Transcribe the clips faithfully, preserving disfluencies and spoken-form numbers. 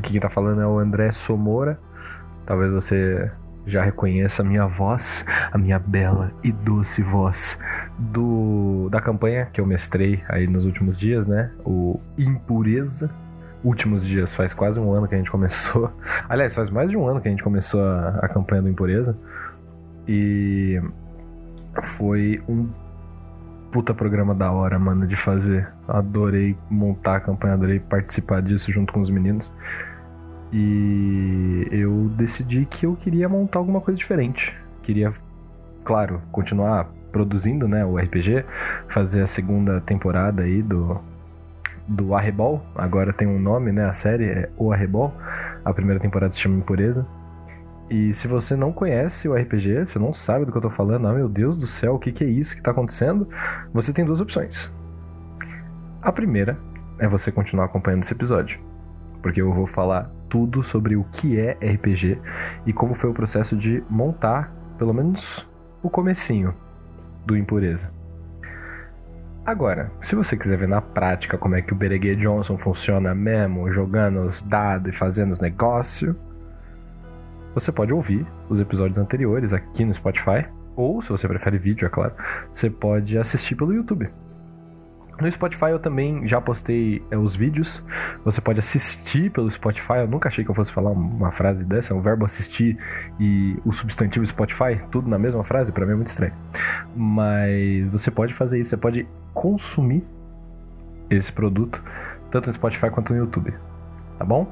Aqui quem tá falando é o André Somora. Talvez você já reconheça a minha voz, a minha bela e doce voz do, da campanha que eu mestrei aí nos últimos dias, né? O Impureza. Últimos dias, faz quase um ano que a gente começou. Aliás, faz mais de um ano que a gente começou a, a campanha do Impureza. E foi um puta programa da hora, mano, de fazer. Adorei montar a campanha, adorei participar disso junto com os meninos. E eu decidi que eu queria montar alguma coisa diferente. Queria, claro, continuar produzindo, né, o R P G, fazer a segunda temporada aí do, do Arrebol. Agora tem um nome, né, a série é O Arrebol. A primeira temporada se chama Impureza. E se você não conhece o R P G, você não sabe do que eu tô falando, ah, meu Deus do céu, o que, que é isso que tá acontecendo? Você tem duas opções. A primeira é você continuar acompanhando esse episódio, porque eu vou falar tudo sobre o que é R P G e como foi o processo de montar, pelo menos, o comecinho do Impureza. Agora, se você quiser ver na prática como é que o Bereguê Johnson funciona mesmo, jogando os dados e fazendo os negócios, você pode ouvir os episódios anteriores aqui no Spotify, ou, se você prefere vídeo, é claro, você pode assistir pelo YouTube. No Spotify eu também já postei é, os vídeos, você pode assistir pelo Spotify. Eu nunca achei que eu fosse falar uma frase dessa, é um verbo assistir e o substantivo Spotify, tudo na mesma frase, pra mim é muito estranho. Mas você pode fazer isso, você pode consumir esse produto, tanto no Spotify quanto no YouTube, tá bom?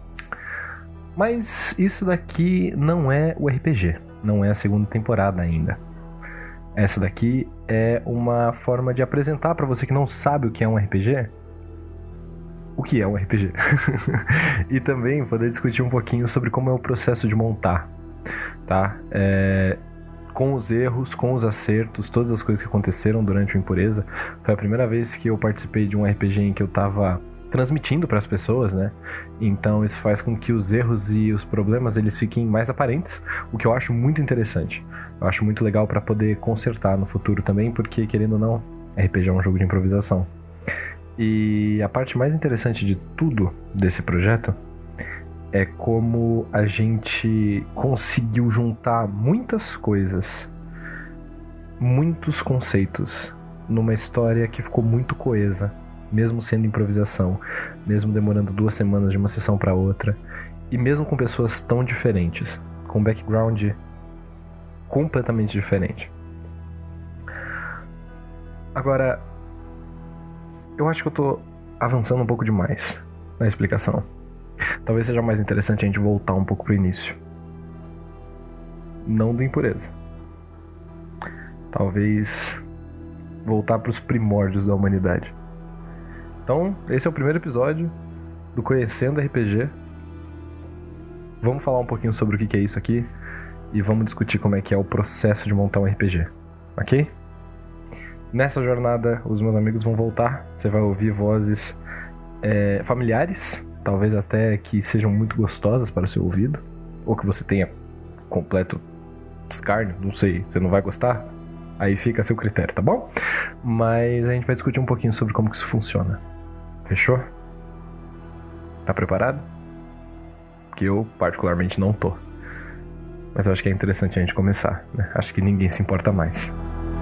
Mas isso daqui não é o R P G, não é a segunda temporada ainda. Essa daqui é uma forma de apresentar pra você que não sabe o que é um R P G, o que é um R P G. E também poder discutir um pouquinho sobre como é o processo de montar, tá? É, com os erros, com os acertos, todas as coisas que aconteceram durante o Impureza. Foi a primeira vez que eu participei de um R P G em que eu tava transmitindo para as pessoas, né? Então isso faz com que os erros e os problemas eles fiquem mais aparentes, o que eu acho muito interessante. Eu acho muito legal para poder consertar no futuro também, porque, querendo ou não, R P G é um jogo de improvisação. E a parte mais interessante de tudo desse projeto é como a gente conseguiu juntar muitas coisas, muitos conceitos, numa história que ficou muito coesa, mesmo sendo improvisação, mesmo demorando duas semanas de uma sessão para outra, e mesmo com pessoas tão diferentes, com background completamente diferente. Agora, eu acho que eu tô avançando um pouco demais na explicação. Talvez seja mais interessante a gente voltar um pouco pro início. Não do Impureza. Talvez voltar pros primórdios da humanidade. Então, esse é o primeiro episódio do Conhecendo R P G. Vamos falar um pouquinho sobre o que é isso aqui e vamos discutir como é que é o processo de montar um R P G, ok? Nessa jornada, os meus amigos vão voltar, você vai ouvir vozes é, familiares, talvez até que sejam muito gostosas para o seu ouvido, ou que você tenha completo escárnio, não sei, você não vai gostar? Aí fica a seu critério, tá bom? Mas a gente vai discutir um pouquinho sobre como que isso funciona. Fechou? Tá preparado? Que eu, particularmente, não tô. Mas eu acho que é interessante a gente começar, né? Acho que ninguém se importa mais.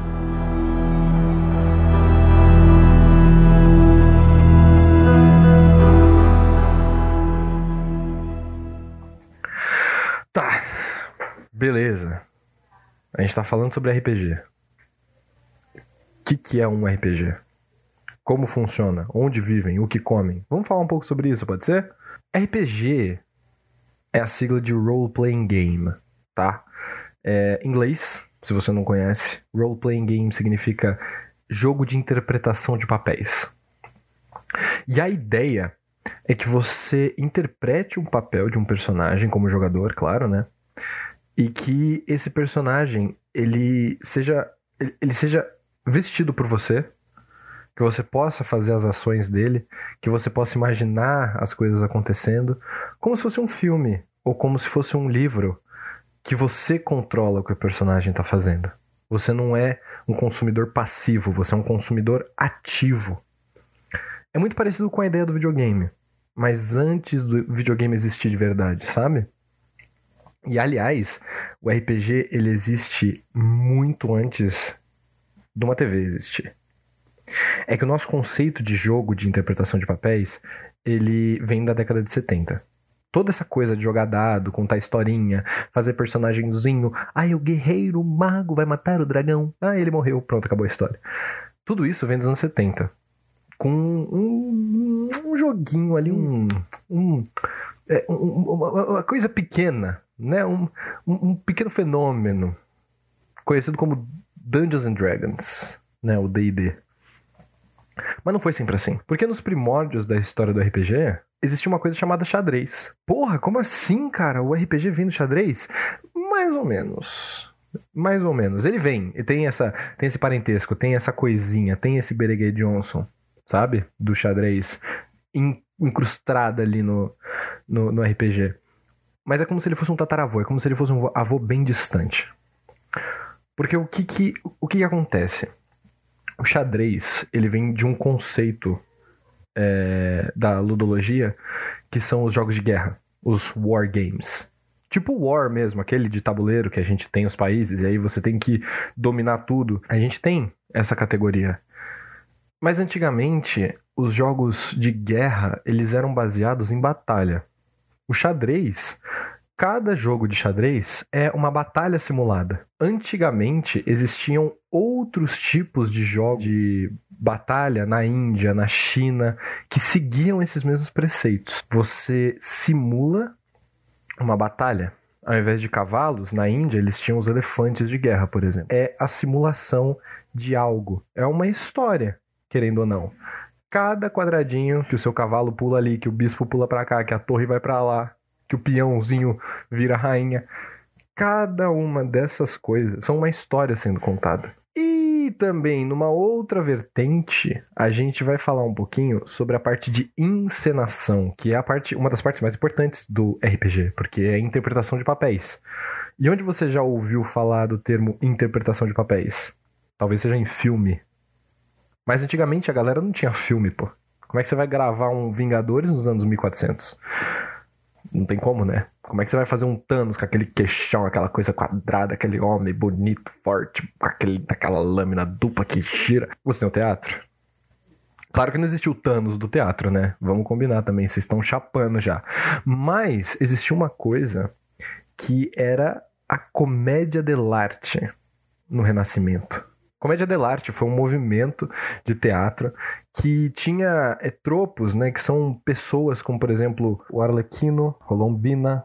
Tá. Beleza. A gente tá falando sobre R P G. O que, que é um R P G? Como funciona? Onde vivem? O que comem? Vamos falar um pouco sobre isso, pode ser? R P G é a sigla de Role Playing Game, tá? É, em inglês, se você não conhece, Role Playing Game significa jogo de interpretação de papéis. E a ideia é que você interprete um papel de um personagem como jogador, claro, né? E que esse personagem, ele seja, ele seja vestido por você, que você possa fazer as ações dele, que você possa imaginar as coisas acontecendo, como se fosse um filme, ou como se fosse um livro, que você controla o que o personagem está fazendo. Você não é um consumidor passivo, você é um consumidor ativo. É muito parecido com a ideia do videogame, mas antes do videogame existir de verdade, sabe? E, aliás, o R P G, ele existe muito antes de uma T V existir. É que o nosso conceito de jogo de interpretação de papéis, ele vem da década de setenta. Toda essa coisa de jogar dado, contar historinha, fazer personagemzinho, ai, o guerreiro, o mago vai matar o dragão, ah, ele morreu, pronto, acabou a história. Tudo isso vem dos anos setenta. Com um, um joguinho ali, um, um, é, um, uma, uma coisa pequena, né? Um, um, um pequeno fenômeno, conhecido como Dungeons and Dragons, né? O D e D. Mas não foi sempre assim. Porque nos primórdios da história do R P G, existia uma coisa chamada xadrez. Porra, como assim, cara? O R P G vem do xadrez? Mais ou menos. Mais ou menos. Ele vem. E tem, essa, tem esse parentesco, tem essa coisinha, tem esse Berenguer Johnson, sabe? Do xadrez. Incrustada ali no, no, no R P G. Mas é como se ele fosse um tataravô. É como se ele fosse um avô bem distante. Porque o que que, o que, que acontece? O xadrez, ele vem de um conceito é, da ludologia, que são os jogos de guerra, os war games. Tipo War mesmo, aquele de tabuleiro que a gente tem os países, e aí você tem que dominar tudo. A gente tem essa categoria. Mas antigamente, os jogos de guerra, eles eram baseados em batalha. O xadrez... Cada jogo de xadrez é uma batalha simulada. Antigamente, existiam outros tipos de jogos de batalha na Índia, na China, que seguiam esses mesmos preceitos. Você simula uma batalha. Ao invés de cavalos, na Índia, eles tinham os elefantes de guerra, por exemplo. É a simulação de algo. É uma história, querendo ou não. Cada quadradinho que o seu cavalo pula ali, que o bispo pula pra cá, que a torre vai pra lá, que o peãozinho vira rainha. Cada uma dessas coisas são uma história sendo contada. E também, numa outra vertente, a gente vai falar um pouquinho sobre a parte de encenação, que é a parte, uma das partes mais importantes do R P G, porque é a interpretação de papéis. E onde você já ouviu falar do termo interpretação de papéis? Talvez seja em filme. Mas antigamente a galera não tinha filme, pô. Como é que você vai gravar um Vingadores nos anos mil e quatrocentos? Não tem como, né? Como é que você vai fazer um Thanos com aquele queixão, aquela coisa quadrada, aquele homem bonito, forte, com aquele, aquela lâmina dupla que gira? Você tem o teatro? Claro que não existiu o Thanos do teatro, né? Vamos combinar também, vocês estão chapando já. Mas existia uma coisa que era a comédia dell'arte no Renascimento. Comédia dell'arte foi um movimento de teatro que tinha é, tropos, né, que são pessoas como, por exemplo, o Arlequino, Colombina,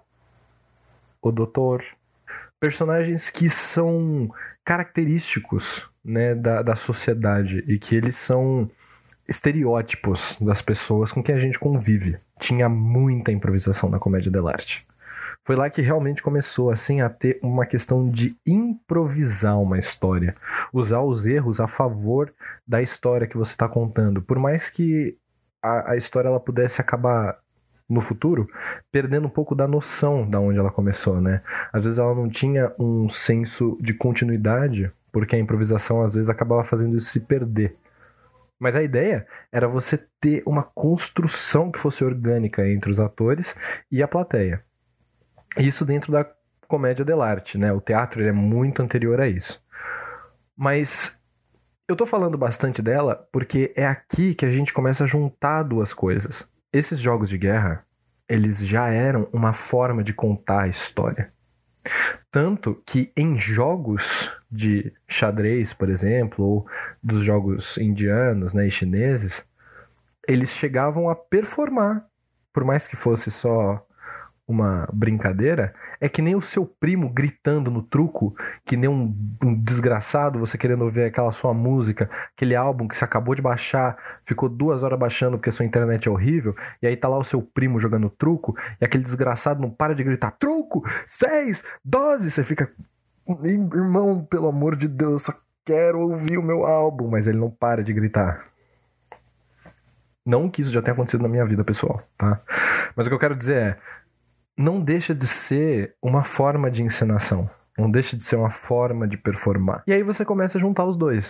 o Doutor. Personagens que são característicos, né, da, da sociedade e que eles são estereótipos das pessoas com quem a gente convive. Tinha muita improvisação na comédia dell'arte. Foi lá que realmente começou, assim, a ter uma questão de improvisar uma história. Usar os erros a favor da história que você está contando. Por mais que a, a história ela pudesse acabar, no futuro, perdendo um pouco da noção de onde ela começou, né? Às vezes ela não tinha um senso de continuidade, porque a improvisação, às vezes, acabava fazendo isso se perder. Mas a ideia era você ter uma construção que fosse orgânica entre os atores e a plateia. Isso dentro da comédia dell'arte, né? O teatro ele é muito anterior a isso. Mas eu tô falando bastante dela porque é aqui que a gente começa a juntar duas coisas. Esses jogos de guerra, eles já eram uma forma de contar a história. Tanto que em jogos de xadrez, por exemplo, ou dos jogos indianos, né, e chineses, eles chegavam a performar, por mais que fosse só uma brincadeira, é que nem o seu primo gritando no truco, que nem um, um desgraçado, você querendo ouvir aquela sua música, aquele álbum que você acabou de baixar, ficou duas horas baixando porque a sua internet é horrível, e aí tá lá o seu primo jogando truco, e aquele desgraçado não para de gritar, truco, seis, doze, você fica, irmão, pelo amor de Deus, só quero ouvir o meu álbum, mas ele não para de gritar. Não que isso já tenha acontecido na minha vida pessoal, tá? Mas o que eu quero dizer é, não deixa de ser uma forma de encenação. Não deixa de ser uma forma de performar. E aí você começa a juntar os dois.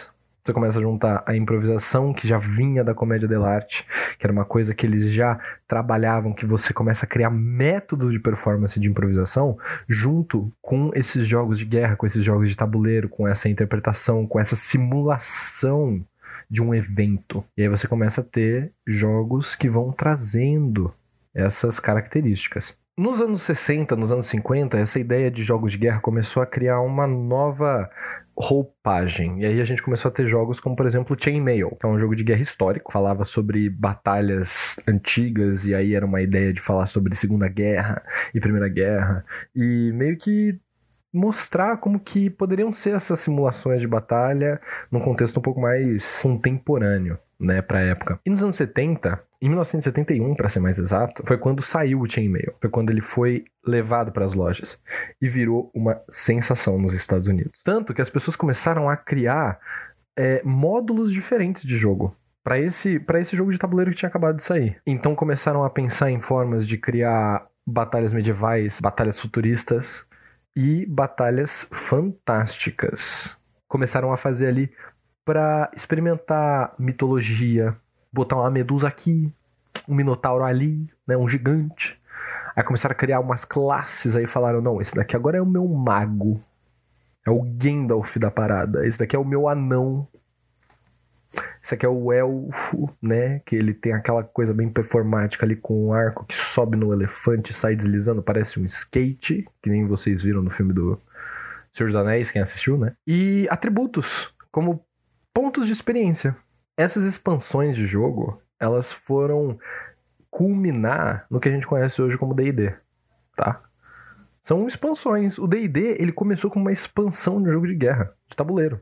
Você começa a juntar a improvisação, que já vinha da comédia dell'arte, que era uma coisa que eles já trabalhavam, que você começa a criar métodos de performance de improvisação, junto com esses jogos de guerra, com esses jogos de tabuleiro, com essa interpretação, com essa simulação de um evento. E aí você começa a ter jogos que vão trazendo essas características. Nos anos sessenta, nos anos cinquenta, essa ideia de jogos de guerra começou a criar uma nova roupagem. E aí a gente começou a ter jogos como, por exemplo, Chainmail, que é um jogo de guerra histórico, falava sobre batalhas antigas, e aí era uma ideia de falar sobre Segunda Guerra e Primeira Guerra, e meio que mostrar como que poderiam ser essas simulações de batalha num contexto um pouco mais contemporâneo, né, pra época. E nos anos setenta, em mil novecentos e setenta e um, para ser mais exato, foi quando saiu o Chainmail. Foi quando ele foi levado para as lojas e virou uma sensação nos Estados Unidos. Tanto que as pessoas começaram a criar é, módulos diferentes de jogo para esse, para esse jogo de tabuleiro que tinha acabado de sair. Então começaram a pensar em formas de criar batalhas medievais, batalhas futuristas e batalhas fantásticas. Começaram a fazer ali para experimentar mitologia, botar uma medusa aqui, um minotauro ali, né, um gigante. Aí começaram a criar umas classes, aí falaram, não, esse daqui agora é o meu mago, é o Gandalf da parada, esse daqui é o meu anão, esse aqui é o elfo, né, que ele tem aquela coisa bem performática ali com um arco que sobe no elefante e sai deslizando, parece um skate, que nem vocês viram no filme do Senhor dos Anéis, quem assistiu, né? E atributos, como pontos de experiência. Essas expansões de jogo, elas foram culminar no que a gente conhece hoje como D e D, tá? São expansões. O D e D, ele começou como uma expansão de um jogo de guerra, de tabuleiro.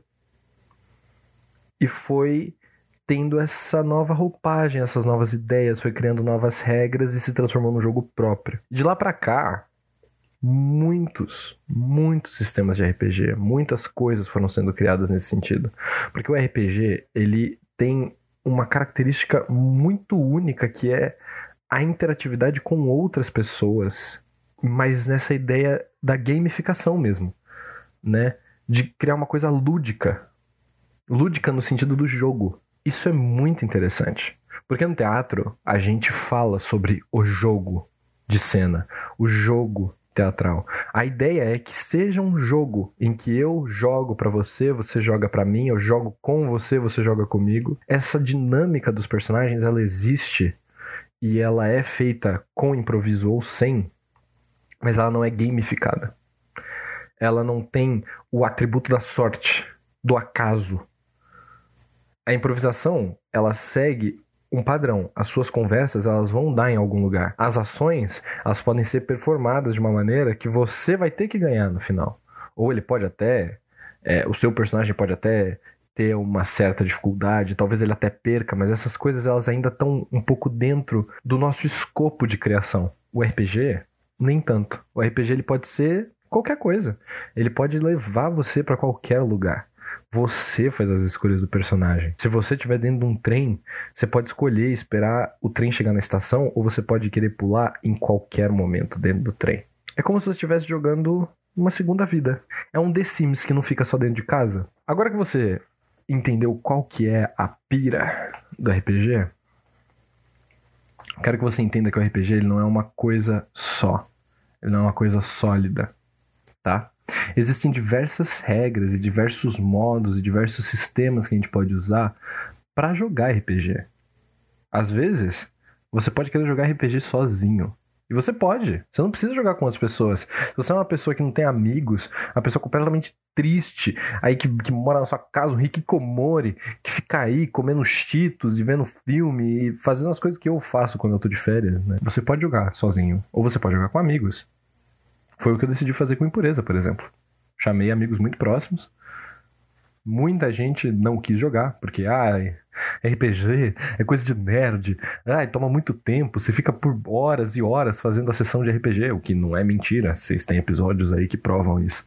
E foi tendo essa nova roupagem, essas novas ideias, foi criando novas regras e se transformou num jogo próprio. De lá pra cá, muitos, muitos sistemas de R P G, muitas coisas foram sendo criadas nesse sentido. Porque o R P G, ele tem uma característica muito única, que é a interatividade com outras pessoas, mas nessa ideia da gamificação mesmo, né? De criar uma coisa lúdica. Lúdica no sentido do jogo. Isso é muito interessante. Porque no teatro, a gente fala sobre o jogo de cena, o jogo teatral. A ideia é que seja um jogo em que eu jogo pra você, você joga pra mim, eu jogo com você, você joga comigo. Essa dinâmica dos personagens, ela existe e ela é feita com improviso ou sem, mas ela não é gamificada. Ela não tem o atributo da sorte, do acaso. A improvisação, ela segue um padrão. As suas conversas, elas vão dar em algum lugar. As ações, elas podem ser performadas de uma maneira que você vai ter que ganhar no final. Ou ele pode até... É, o seu personagem pode até ter uma certa dificuldade, talvez ele até perca, mas essas coisas, elas ainda estão um pouco dentro do nosso escopo de criação. O R P G, nem tanto. O R P G, ele pode ser qualquer coisa. Ele pode levar você para qualquer lugar. Você faz as escolhas do personagem. Se você estiver dentro de um trem, você pode escolher esperar o trem chegar na estação, ou você pode querer pular em qualquer momento dentro do trem. É como se você estivesse jogando uma segunda vida. É um The Sims que não fica só dentro de casa. Agora que você entendeu qual que é a pira do R P G, quero que você entenda que o R P G, ele não é uma coisa só. Ele não é uma coisa sólida, tá? Existem diversas regras e diversos modos e diversos sistemas que a gente pode usar para jogar R P G. Às vezes, você pode querer jogar R P G sozinho. E você pode. Você não precisa jogar com outras pessoas. Se você é uma pessoa que não tem amigos, uma pessoa completamente triste, aí que, que mora na sua casa, um hikikomori, que fica aí comendo cheetos e vendo filme e fazendo as coisas que eu faço quando eu tô de férias, né? Você pode jogar sozinho. Ou você pode jogar com amigos. Foi o que eu decidi fazer com Impureza, por exemplo. Chamei amigos muito próximos. Muita gente não quis jogar, porque, ai, R P G é coisa de nerd. Ai, toma muito tempo, você fica por horas e horas fazendo a sessão de R P G, o que não é mentira, vocês têm episódios aí que provam isso.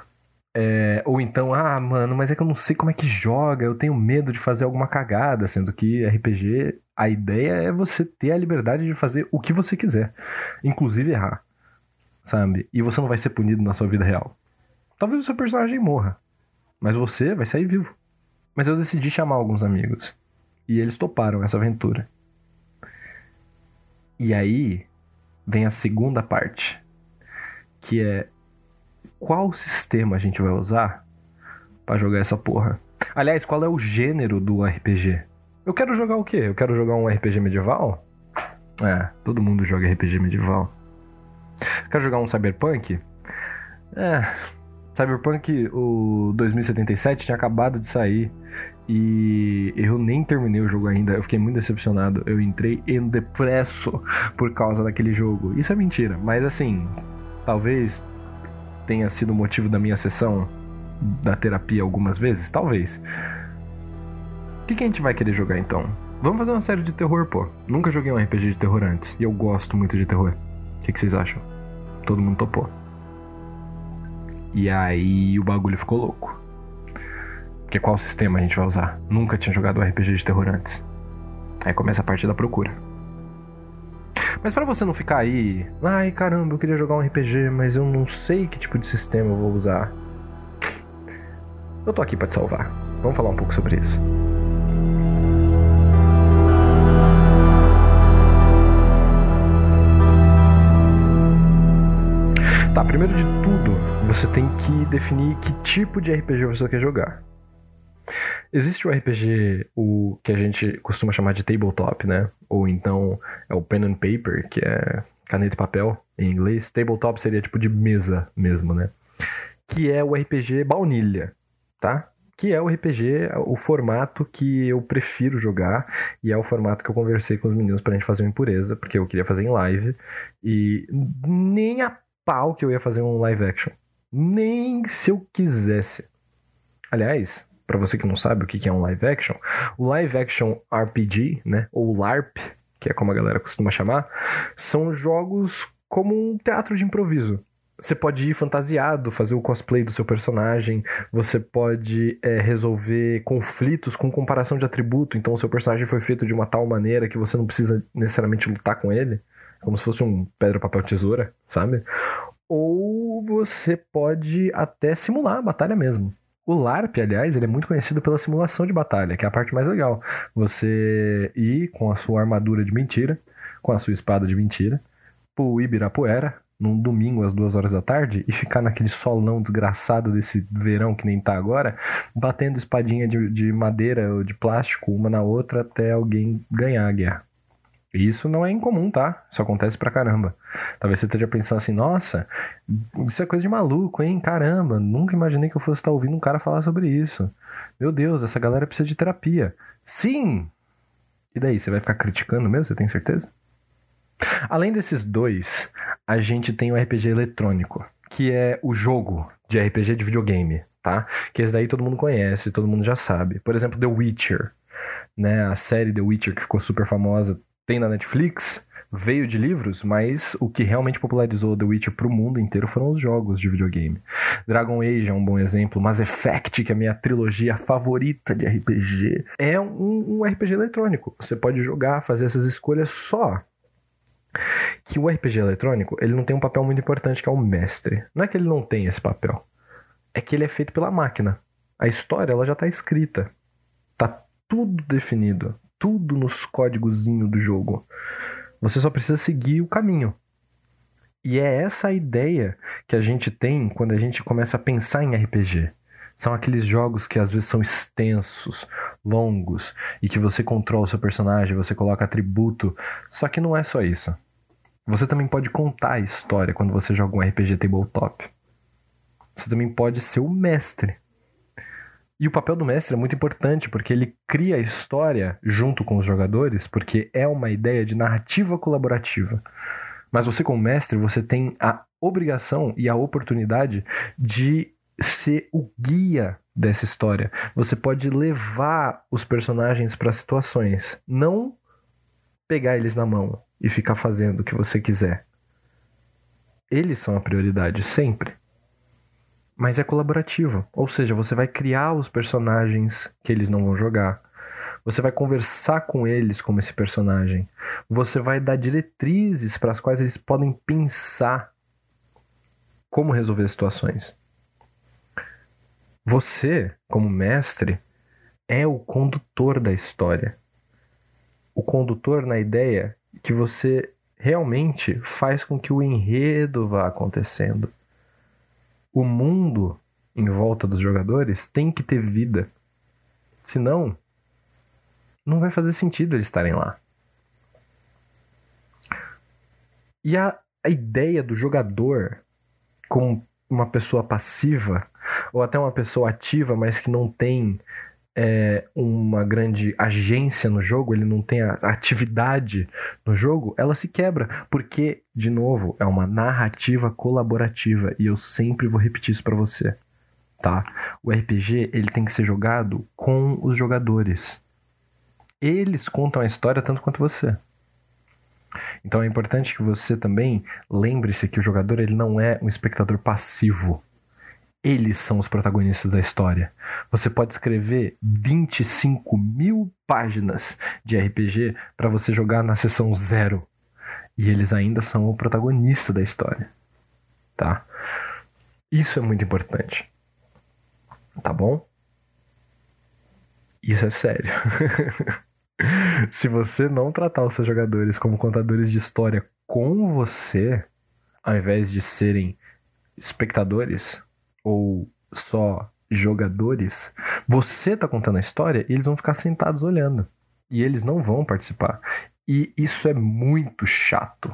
É, ou então, ah, mano, mas é que eu não sei como é que joga, eu tenho medo de fazer alguma cagada, sendo que R P G, a ideia é você ter a liberdade de fazer o que você quiser, inclusive errar. Sabe? E você não vai ser punido na sua vida real. Talvez o seu personagem morra, mas você vai sair vivo. Mas eu decidi chamar alguns amigos. E eles toparam essa aventura. E aí vem a segunda parte, que é qual sistema a gente vai usar pra jogar essa porra. Aliás, qual é o gênero do R P G? Eu quero jogar o quê? Eu quero jogar um R P G medieval? É, todo mundo joga R P G medieval. Quero jogar um Cyberpunk? É, Cyberpunk, o dois mil e setenta e sete, tinha acabado de sair. E eu nem terminei o jogo ainda. Eu fiquei muito decepcionado. Eu entrei em depresso por causa daquele jogo. Isso é mentira, mas assim, talvez tenha sido o motivo da minha sessão da terapia algumas vezes, talvez. O que, que a gente vai querer jogar então? Vamos fazer uma série de terror, pô. Nunca joguei um R P G de terror antes e eu gosto muito de terror. O que, que vocês acham? Todo mundo topou. E aí o bagulho ficou louco. Porque qual sistema a gente vai usar? Nunca tinha jogado um R P G de terror antes. Aí começa a parte da procura. Mas pra você não ficar aí, ai caramba, eu queria jogar um R P G, mas eu não sei que tipo de sistema eu vou usar. Eu tô aqui pra te salvar. Vamos falar um pouco sobre isso. Tá, primeiro de tudo, você tem que definir que tipo de R P G você quer jogar. Existe o R P G, o que a gente costuma chamar de tabletop, né? Ou então é o pen and paper, que é caneta e papel em inglês. Tabletop seria tipo de mesa mesmo, né? Que é o R P G baunilha, tá? Que é o R P G, o formato que eu prefiro jogar e é o formato que eu conversei com os meninos pra gente fazer uma impureza, porque eu queria fazer em live e nem a pau que eu ia fazer um live action. Nem se eu quisesse. Aliás, pra você que não sabe o que é um live action, o live action R P G, né, ou LARP, que é como a galera costuma chamar, são jogos como um teatro de improviso. Você pode ir fantasiado, fazer o cosplay do seu personagem, você pode é, resolver conflitos com comparação de atributo, então o seu personagem foi feito de uma tal maneira que você não precisa necessariamente lutar com ele, como se fosse um pedra, papel, tesoura, sabe? Ou você pode até simular a batalha mesmo. O LARP, aliás, ele é muito conhecido pela simulação de batalha, que é a parte mais legal. Você ir com a sua armadura de mentira, com a sua espada de mentira, pro Ibirapuera, num domingo às duas horas da tarde, e ficar naquele solão desgraçado desse verão que nem tá agora, batendo espadinha de, de madeira ou de plástico uma na outra até alguém ganhar a guerra. E isso não é incomum, tá? Isso acontece pra caramba. Talvez você esteja pensando assim, nossa, isso é coisa de maluco, hein? Caramba, nunca imaginei que eu fosse estar ouvindo um cara falar sobre isso. Meu Deus, essa galera precisa de terapia. Sim! E daí, você vai ficar criticando mesmo? Você tem certeza? Além desses dois, a gente tem o R P G eletrônico, que é o jogo de R P G de videogame, tá? Que esse daí todo mundo conhece, todo mundo já sabe. Por exemplo, The Witcher, né? A série The Witcher que ficou super famosa, tem na Netflix, veio de livros, mas o que realmente popularizou The Witcher pro mundo inteiro foram os jogos de videogame. Dragon Age é um bom exemplo, Mass Effect, que é a minha trilogia favorita de R P G, é um, um R P G eletrônico. Você pode jogar, fazer essas escolhas só. Que o R P G eletrônico, ele não tem um papel muito importante, que é o mestre. Não é que ele não tem esse papel, é que ele é feito pela máquina. A história, ela já tá escrita. Tá tudo definido. Tudo nos códigozinhos do jogo. Você só precisa seguir o caminho. E é essa a ideia que a gente tem quando a gente começa a pensar em R P G. São aqueles jogos que às vezes são extensos, longos, e que você controla o seu personagem, você coloca atributo. Só que não é só isso. Você também pode contar a história quando você joga um R P G tabletop. Você também pode ser o mestre. E o papel do mestre é muito importante, porque ele cria a história junto com os jogadores, porque é uma ideia de narrativa colaborativa. Mas você, como mestre, você tem a obrigação e a oportunidade de ser o guia dessa história. Você pode levar os personagens para situações, não pegar eles na mão e ficar fazendo o que você quiser. Eles são a prioridade, sempre. Mas é colaborativo, ou seja, você vai criar os personagens que eles não vão jogar. Você vai conversar com eles como esse personagem. Você vai dar diretrizes para as quais eles podem pensar como resolver situações. Você, como mestre, é o condutor da história. O condutor na ideia que você realmente faz com que o enredo vá acontecendo. O mundo em volta dos jogadores tem que ter vida. Senão, não vai fazer sentido eles estarem lá. E a, a ideia do jogador como uma pessoa passiva, ou até uma pessoa ativa, mas que não tem é, uma grande agência no jogo, ele não tem a atividade no jogo, ela se quebra. Porque, de novo, é uma narrativa colaborativa. E eu sempre vou repetir isso pra você. Tá? O R P G ele tem que ser jogado com os jogadores. Eles contam a história tanto quanto você. Então é importante que você também lembre-se que o jogador ele não é um espectador passivo. Eles são os protagonistas da história. Você pode escrever vinte e cinco mil páginas de R P G para você jogar na sessão zero. E eles ainda são o protagonista da história. Tá? Isso é muito importante. Tá bom? Isso é sério. Se você não tratar os seus jogadores como contadores de história com você, ao invés de serem espectadores ou só jogadores, você tá contando a história e eles vão ficar sentados olhando. E eles não vão participar. E isso é muito chato.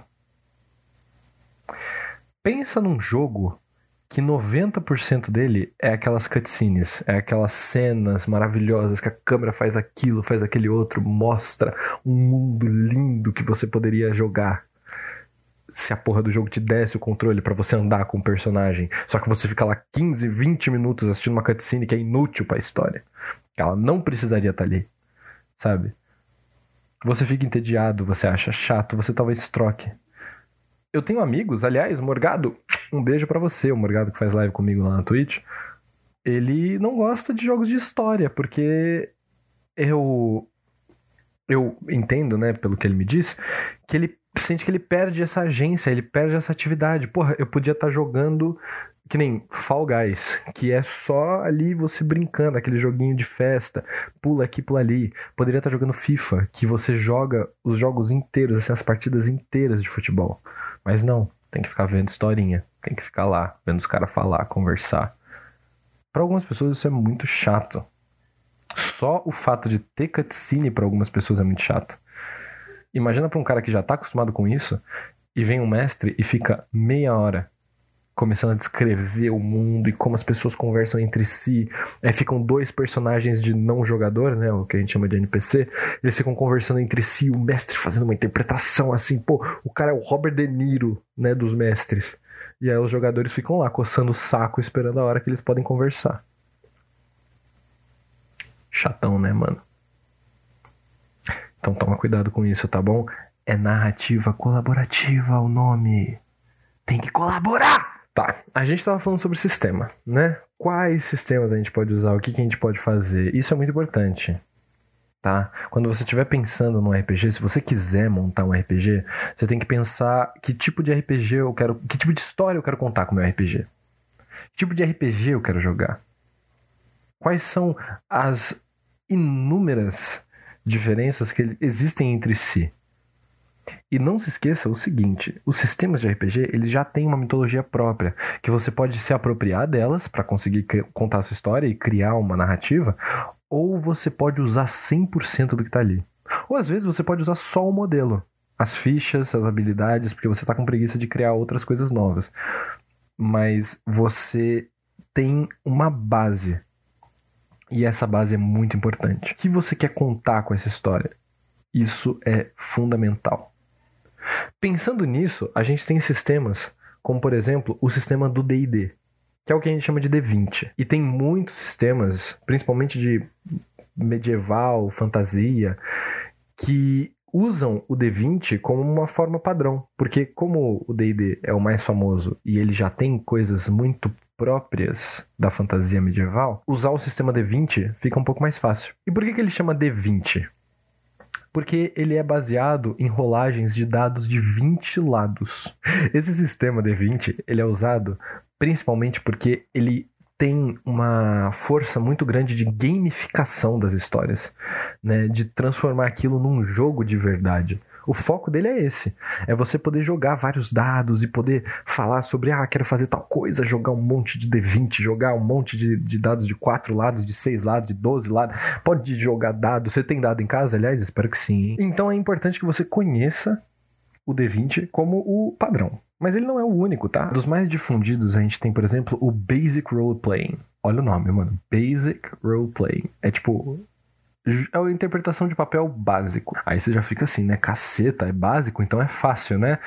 Pensa num jogo que noventa por cento dele é aquelas cutscenes, é aquelas cenas maravilhosas que a câmera faz aquilo, faz aquele outro, mostra um mundo lindo que você poderia jogar. Se a porra do jogo te desse o controle pra você andar com o personagem, só que você fica lá quinze, vinte minutos assistindo uma cutscene que é inútil pra história. Ela não precisaria estar ali, sabe? Você fica entediado, você acha chato, você talvez troque. Eu tenho amigos, aliás, Morgado, um beijo pra você, o Morgado que faz live comigo lá na Twitch. Ele não gosta de jogos de história, porque eu eu entendo, né, pelo que ele me diz, que ele sente que ele perde essa agência, ele perde essa atividade. Porra, eu podia estar jogando que nem Fall Guys, que é só ali você brincando, aquele joguinho de festa, pula aqui, pula ali. Poderia estar jogando FIFA, que você joga os jogos inteiros, assim, as partidas inteiras de futebol. Mas não, tem que ficar vendo historinha, tem que ficar lá, vendo os caras falar, conversar. Para algumas pessoas isso é muito chato. Só o fato de ter cutscene para algumas pessoas é muito chato. Imagina para um cara que já tá acostumado com isso, e vem um mestre e fica meia hora começando a descrever o mundo e como as pessoas conversam entre si. Aí ficam dois personagens de não jogador, né, o que a gente chama de N P C, eles ficam conversando entre si, o mestre fazendo uma interpretação assim, pô, o cara é o Robert De Niro, né, dos mestres. E aí os jogadores ficam lá coçando o saco esperando a hora que eles podem conversar. Chatão, né, mano? Então toma cuidado com isso, tá bom? É narrativa colaborativa o nome. Tem que colaborar! Tá, a gente tava falando sobre sistema, né? Quais sistemas a gente pode usar, o que, que a gente pode fazer. Isso é muito importante, tá? Quando você estiver pensando num R P G, se você quiser montar um R P G, você tem que pensar que tipo de R P G eu quero, que tipo de história eu quero contar com o meu R P G. Que tipo de R P G eu quero jogar. Quais são as inúmeras diferenças que existem entre si. E não se esqueça o seguinte, os sistemas de R P G, eles já têm uma mitologia própria, que você pode se apropriar delas para conseguir contar a sua história e criar uma narrativa, ou você pode usar cem por cento do que está ali. Ou às vezes você pode usar só o modelo, as fichas, as habilidades, porque você está com preguiça de criar outras coisas novas. Mas você tem uma base, e essa base é muito importante. O que você quer contar com essa história? Isso é fundamental. Pensando nisso, a gente tem sistemas como, por exemplo, o sistema do D e D, que é o que a gente chama de D vinte. E tem muitos sistemas, principalmente de medieval, fantasia, que usam o D vinte como uma forma padrão. Porque como o D e D é o mais famoso e ele já tem coisas muito próprias da fantasia medieval, usar o sistema D vinte fica um pouco mais fácil. E por que que ele chama D vinte? Porque ele é baseado em rolagens de dados de vinte lados. Esse sistema D vinte, ele é usado principalmente porque ele tem uma força muito grande de gamificação das histórias, né? De transformar aquilo num jogo de verdade. O foco dele é esse, é você poder jogar vários dados e poder falar sobre, ah, quero fazer tal coisa, jogar um monte de D vinte, jogar um monte de, de dados de quatro lados, de seis lados, de doze lados, pode jogar dado, você tem dado em casa, aliás? Espero que sim, hein? Então é importante que você conheça o D vinte como o padrão. Mas ele não é o único, tá? Dos mais difundidos, a gente tem, por exemplo, o Basic Role Playing. Olha o nome, mano. Basic Role Playing. É tipo... é a interpretação de papel básico. Aí você já fica assim, né? Caceta, é básico, então é fácil, né?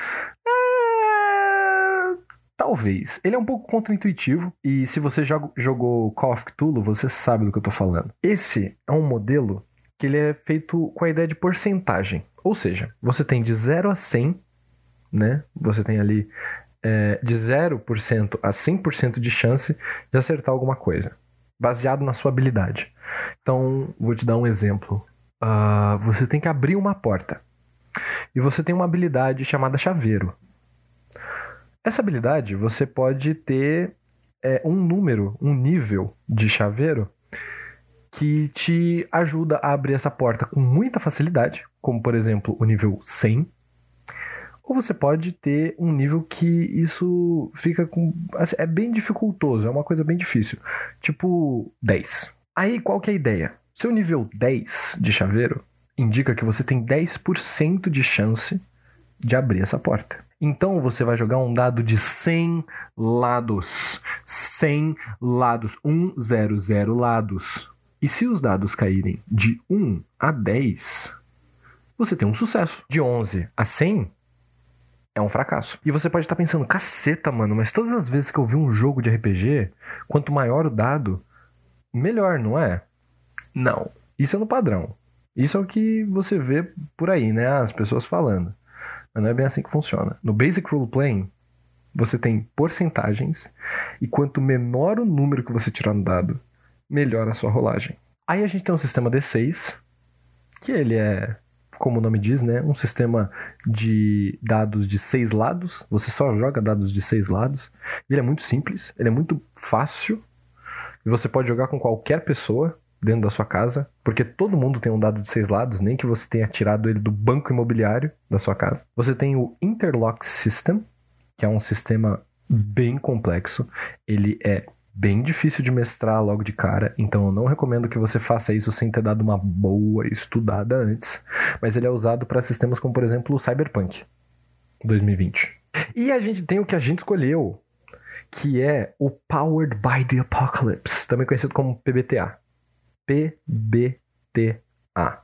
É... talvez. Ele é um pouco contraintuitivo. E se você já jogou Call of Cthulhu, você sabe do que eu tô falando. Esse é um modelo que ele é feito com a ideia de porcentagem. Ou seja, você tem de zero a cem, né? Você tem ali é, de zero por cento a cem por cento de chance de acertar alguma coisa, baseado na sua habilidade. Então, vou te dar um exemplo. Uh, você tem que abrir uma porta. E você tem uma habilidade chamada chaveiro. Essa habilidade, você pode ter é, um número, um nível de chaveiro que te ajuda a abrir essa porta com muita facilidade, como, por exemplo, o nível cem. Ou você pode ter um nível que isso fica com... assim, é bem dificultoso, é uma coisa bem difícil. Tipo dez. Aí, qual que é a ideia? Seu nível dez de chaveiro indica que você tem dez por cento de chance de abrir essa porta. Então, você vai jogar um dado de cem lados. cem lados. cem, zero lados. E se os dados caírem de um a dez, você tem um sucesso. De onze a cem... é um fracasso. E você pode estar pensando, caceta, mano, mas todas as vezes que eu vi um jogo de R P G, quanto maior o dado, melhor, não é? Não. Isso é no padrão. Isso é o que você vê por aí, né? As pessoas falando. Mas não é bem assim que funciona. No Basic Role Playing, você tem porcentagens, e quanto menor o número que você tirar no dado, melhor a sua rolagem. Aí a gente tem um sistema D seis, que ele é... como o nome diz, né? Um sistema de dados de seis lados. Você só joga dados de seis lados. Ele é muito simples, ele é muito fácil. E você pode jogar com qualquer pessoa dentro da sua casa, porque todo mundo tem um dado de seis lados, nem que você tenha tirado ele do banco imobiliário da sua casa. Você tem o Interlock System, que é um sistema bem complexo. Ele é bem difícil de mestrar logo de cara, então eu não recomendo que você faça isso sem ter dado uma boa estudada antes, mas ele é usado para sistemas como, por exemplo, o Cyberpunk dois mil e vinte. E a gente tem o que a gente escolheu, que é o Powered by the Apocalypse, também conhecido como P B T A. P B T A.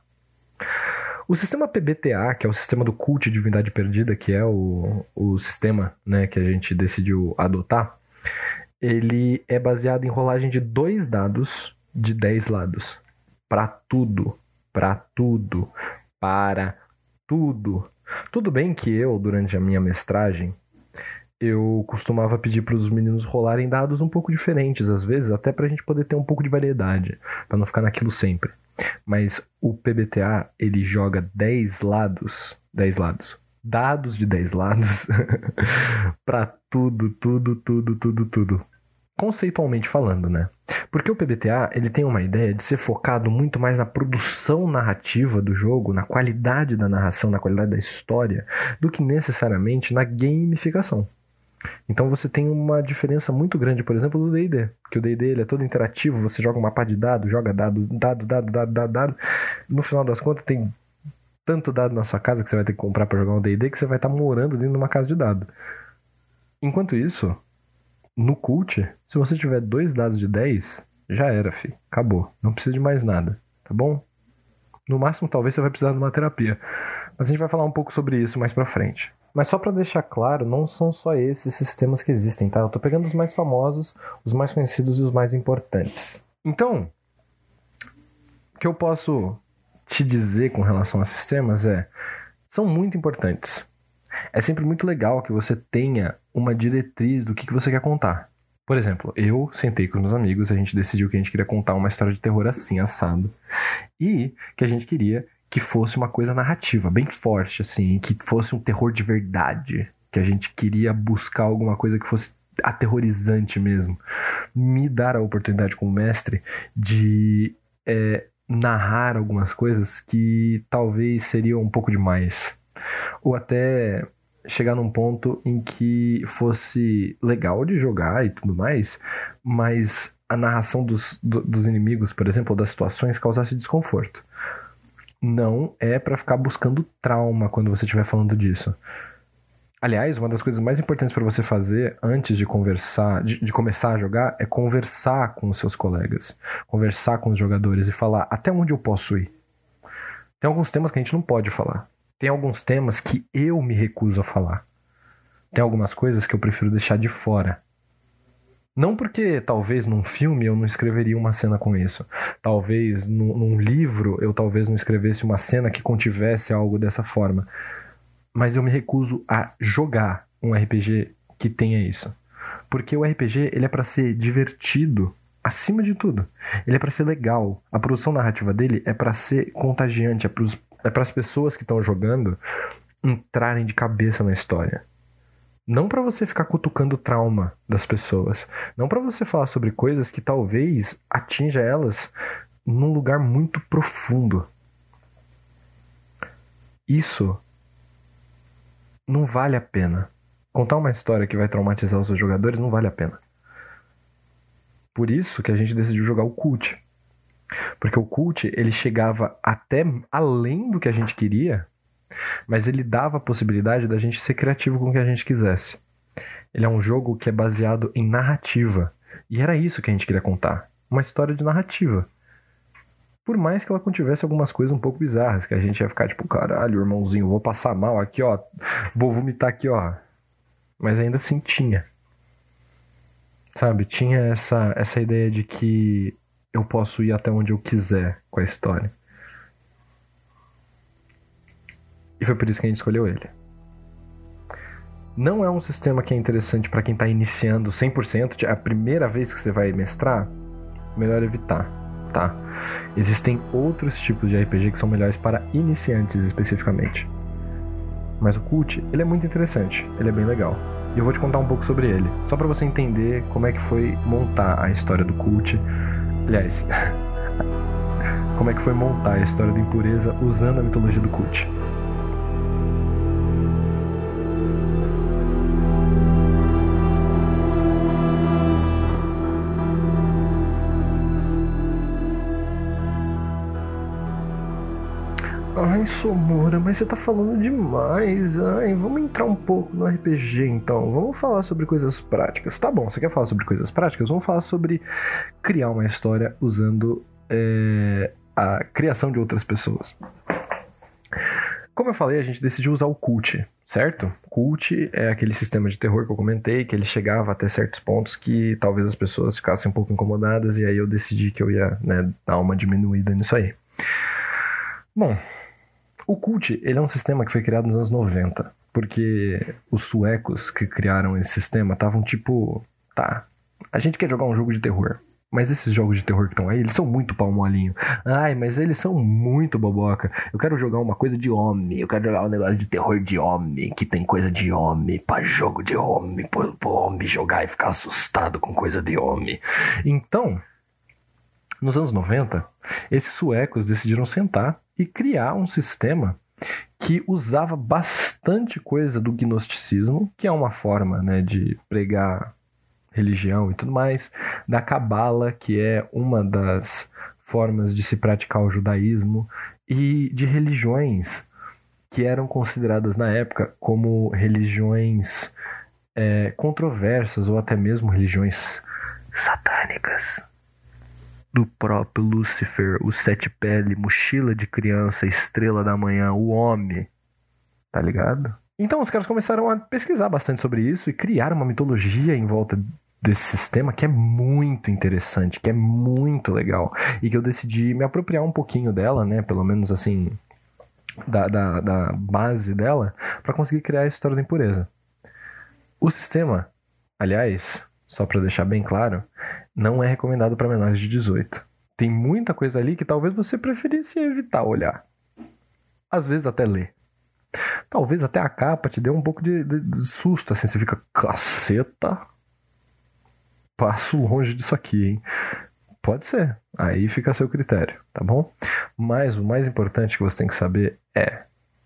O sistema P B T A, que é o sistema do Cult Divindade Perdida, que é o, o sistema, né, que a gente decidiu adotar, ele é baseado em rolagem de dois dados de dez lados. Para tudo. Para tudo. Para tudo. Tudo bem que eu, durante a minha mestragem, eu costumava pedir para os meninos rolarem dados um pouco diferentes, às vezes, até para a gente poder ter um pouco de variedade, para não ficar naquilo sempre. Mas o P B T A, ele joga dez lados. dez lados. Dados de dez lados para tudo, tudo, tudo, tudo, tudo. Conceitualmente falando, né? Porque o P B T A, ele tem uma ideia de ser focado muito mais na produção narrativa do jogo, na qualidade da narração, na qualidade da história, do que necessariamente na gamificação. Então você tem uma diferença muito grande, por exemplo, do D e D. Porque o D e D ele é todo interativo, você joga uma pá de dado, joga dado, dado, dado, dado, dado, dado. No final das contas tem tanto dado na sua casa que você vai ter que comprar para jogar um D e D que você vai estar morando dentro de uma casa de dado. Enquanto isso, no Cult, se você tiver dois dados de dez, já era, fi. Acabou. Não precisa de mais nada, tá bom? No máximo, talvez você vai precisar de uma terapia. Mas a gente vai falar um pouco sobre isso mais pra frente. Mas só pra deixar claro, não são só esses sistemas que existem, tá? Eu tô pegando os mais famosos, os mais conhecidos e os mais importantes. Então, o que eu posso te dizer com relação a sistemas é... são muito importantes. É sempre muito legal que você tenha uma diretriz do que você quer contar. Por exemplo, eu sentei com os meus amigos, a gente decidiu que a gente queria contar uma história de terror assim, assado. E que a gente queria que fosse uma coisa narrativa, bem forte, assim, que fosse um terror de verdade. Que a gente queria buscar alguma coisa que fosse aterrorizante mesmo. me dar a oportunidade como mestre de é, narrar algumas coisas que talvez seriam um pouco demais. Ou até chegar num ponto em que fosse legal de jogar e tudo mais, mas a narração dos, do, dos inimigos, por exemplo, ou das situações, causasse desconforto. Não é pra ficar buscando trauma quando você estiver falando disso. Aliás, uma das coisas mais importantes para você fazer antes de conversar, de, de começar a jogar, é conversar com os seus colegas, conversar com os jogadores e falar até onde eu posso ir. Tem alguns temas que a gente não pode falar. Tem alguns temas que eu me recuso a falar. Tem algumas coisas que eu prefiro deixar de fora. Não porque talvez num filme eu não escreveria uma cena com isso. Talvez num, num livro eu talvez não escrevesse uma cena que contivesse algo dessa forma. Mas eu me recuso a jogar um R P G que tenha isso. Porque o R P G ele é para ser divertido acima de tudo. Ele é para ser legal. A produção narrativa dele é para ser contagiante. É para as pessoas que estão jogando entrarem de cabeça na história. Não para você ficar cutucando o trauma das pessoas. Não para você falar sobre coisas que talvez atinja elas num lugar muito profundo. Isso não vale a pena. Contar uma história que vai traumatizar os seus jogadores não vale a pena. Por isso que a gente decidiu jogar o Cult. Porque o Cult, ele chegava até além do que a gente queria, mas ele dava a possibilidade da gente ser criativo com o que a gente quisesse. Ele é um jogo que é baseado em narrativa. E era isso que a gente queria contar. Uma história de narrativa. Por mais que ela contivesse algumas coisas um pouco bizarras, que a gente ia ficar tipo, caralho, irmãozinho, vou passar mal aqui, ó. Vou vomitar aqui, ó. Mas ainda assim tinha. Sabe, tinha essa, essa ideia de que eu posso ir até onde eu quiser com a história. E foi por isso que a gente escolheu ele. Não é um sistema que é interessante para quem tá iniciando cem por cento. É a primeira vez que você vai mestrar, melhor evitar, tá? Existem outros tipos de R P G que são melhores para iniciantes especificamente. Mas o Cult, ele é muito interessante, ele é bem legal. E eu vou te contar um pouco sobre ele, só para você entender como é que foi montar a história do Cult. Aliás, como é que foi montar a história da impureza usando a mitologia do Cult. Ai, Somura, mas você tá falando demais. Ai, vamos entrar um pouco no R P G então. Vamos falar sobre coisas práticas. Tá bom, você quer falar sobre coisas práticas? Vamos falar sobre criar uma história usando é, a criação de outras pessoas. Como eu falei, a gente decidiu usar o Cult, certo? Cult é aquele sistema de terror que eu comentei, que ele chegava até certos pontos que talvez as pessoas ficassem um pouco incomodadas, e aí eu decidi que eu ia, né, dar uma diminuída nisso aí. Bom, o Cult, ele é um sistema que foi criado nos anos noventa, porque os suecos que criaram esse sistema estavam tipo, tá, a gente quer jogar um jogo de terror, mas esses jogos de terror que estão aí, eles são muito pau molinho. Ai, mas eles são muito boboca. Eu quero jogar uma coisa de homem, eu quero jogar um negócio de terror de homem, que tem coisa de homem, pra jogo de homem, pro, pro homem jogar e ficar assustado com coisa de homem. Então, nos anos noventa, esses suecos decidiram sentar e criar um sistema que usava bastante coisa do gnosticismo, que é uma forma, né, de pregar religião e tudo mais, da cabala, que é uma das formas de se praticar o judaísmo, e de religiões que eram consideradas na época como religiões é, controversas ou até mesmo religiões satânicas. Do próprio Lúcifer, o sete pele, mochila de criança, estrela da manhã, o homem. Tá ligado? Então os caras começaram a pesquisar bastante sobre isso e criaram uma mitologia em volta desse sistema que é muito interessante, que é muito legal. E que eu decidi me apropriar um pouquinho dela, né? Pelo menos assim, da, da, da base dela, para conseguir criar a história da impureza. O sistema, aliás, só para deixar bem claro, não é recomendado para menores de dezoito. Tem muita coisa ali que talvez você preferisse evitar olhar. Às vezes até ler. Talvez até a capa te dê um pouco de, de, de susto, assim, você fica, caceta. passo longe disso aqui, hein? Pode ser, aí fica a seu critério, tá bom? Mas o mais importante que você tem que saber é: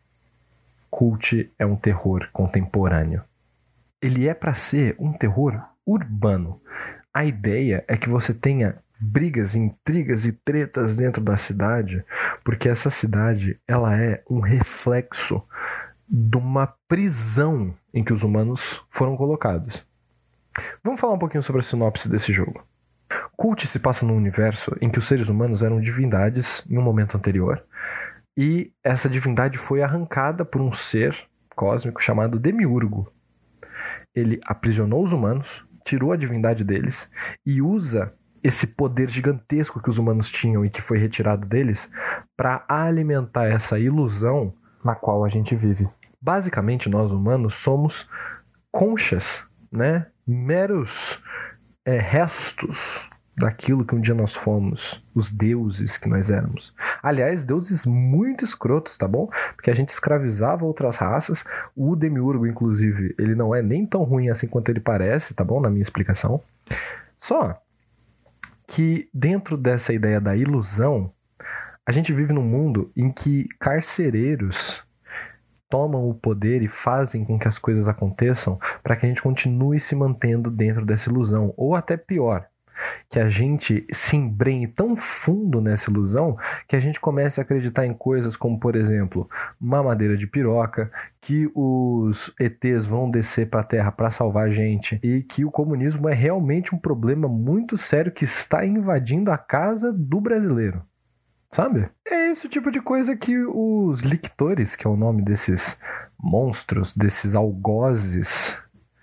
Cult é um terror contemporâneo. Ele é para ser um terror urbano. A ideia é que você tenha brigas, intrigas e tretas dentro da cidade, porque essa cidade, ela é um reflexo de uma prisão em que os humanos foram colocados. Vamos falar um pouquinho sobre a sinopse desse jogo. Cult se passa num universo em que os seres humanos eram divindades em um momento anterior, e essa divindade foi arrancada por um ser cósmico chamado Demiurgo. Ele aprisionou os humanos, tirou a divindade deles e usa esse poder gigantesco que os humanos tinham e que foi retirado deles para alimentar essa ilusão na qual a gente vive. Basicamente, nós humanos somos conchas, né? Meros é, restos daquilo que um dia nós fomos, os deuses que nós éramos. Aliás, deuses muito escrotos, tá bom? Porque a gente escravizava outras raças. O Demiurgo, inclusive, ele não é nem tão ruim assim quanto ele parece, tá bom? Na minha explicação. Só que dentro dessa ideia da ilusão, a gente vive num mundo em que carcereiros tomam o poder e fazem com que as coisas aconteçam para que a gente continue se mantendo dentro dessa ilusão. Ou até pior, que a gente se embrenhe tão fundo nessa ilusão que a gente comece a acreditar em coisas como, por exemplo, mamadeira de piroca, que os E Tês vão descer para a Terra para salvar a gente e que o comunismo é realmente um problema muito sério que está invadindo a casa do brasileiro. Sabe? É esse o tipo de coisa que os lictores, que é o nome desses monstros, desses algozes,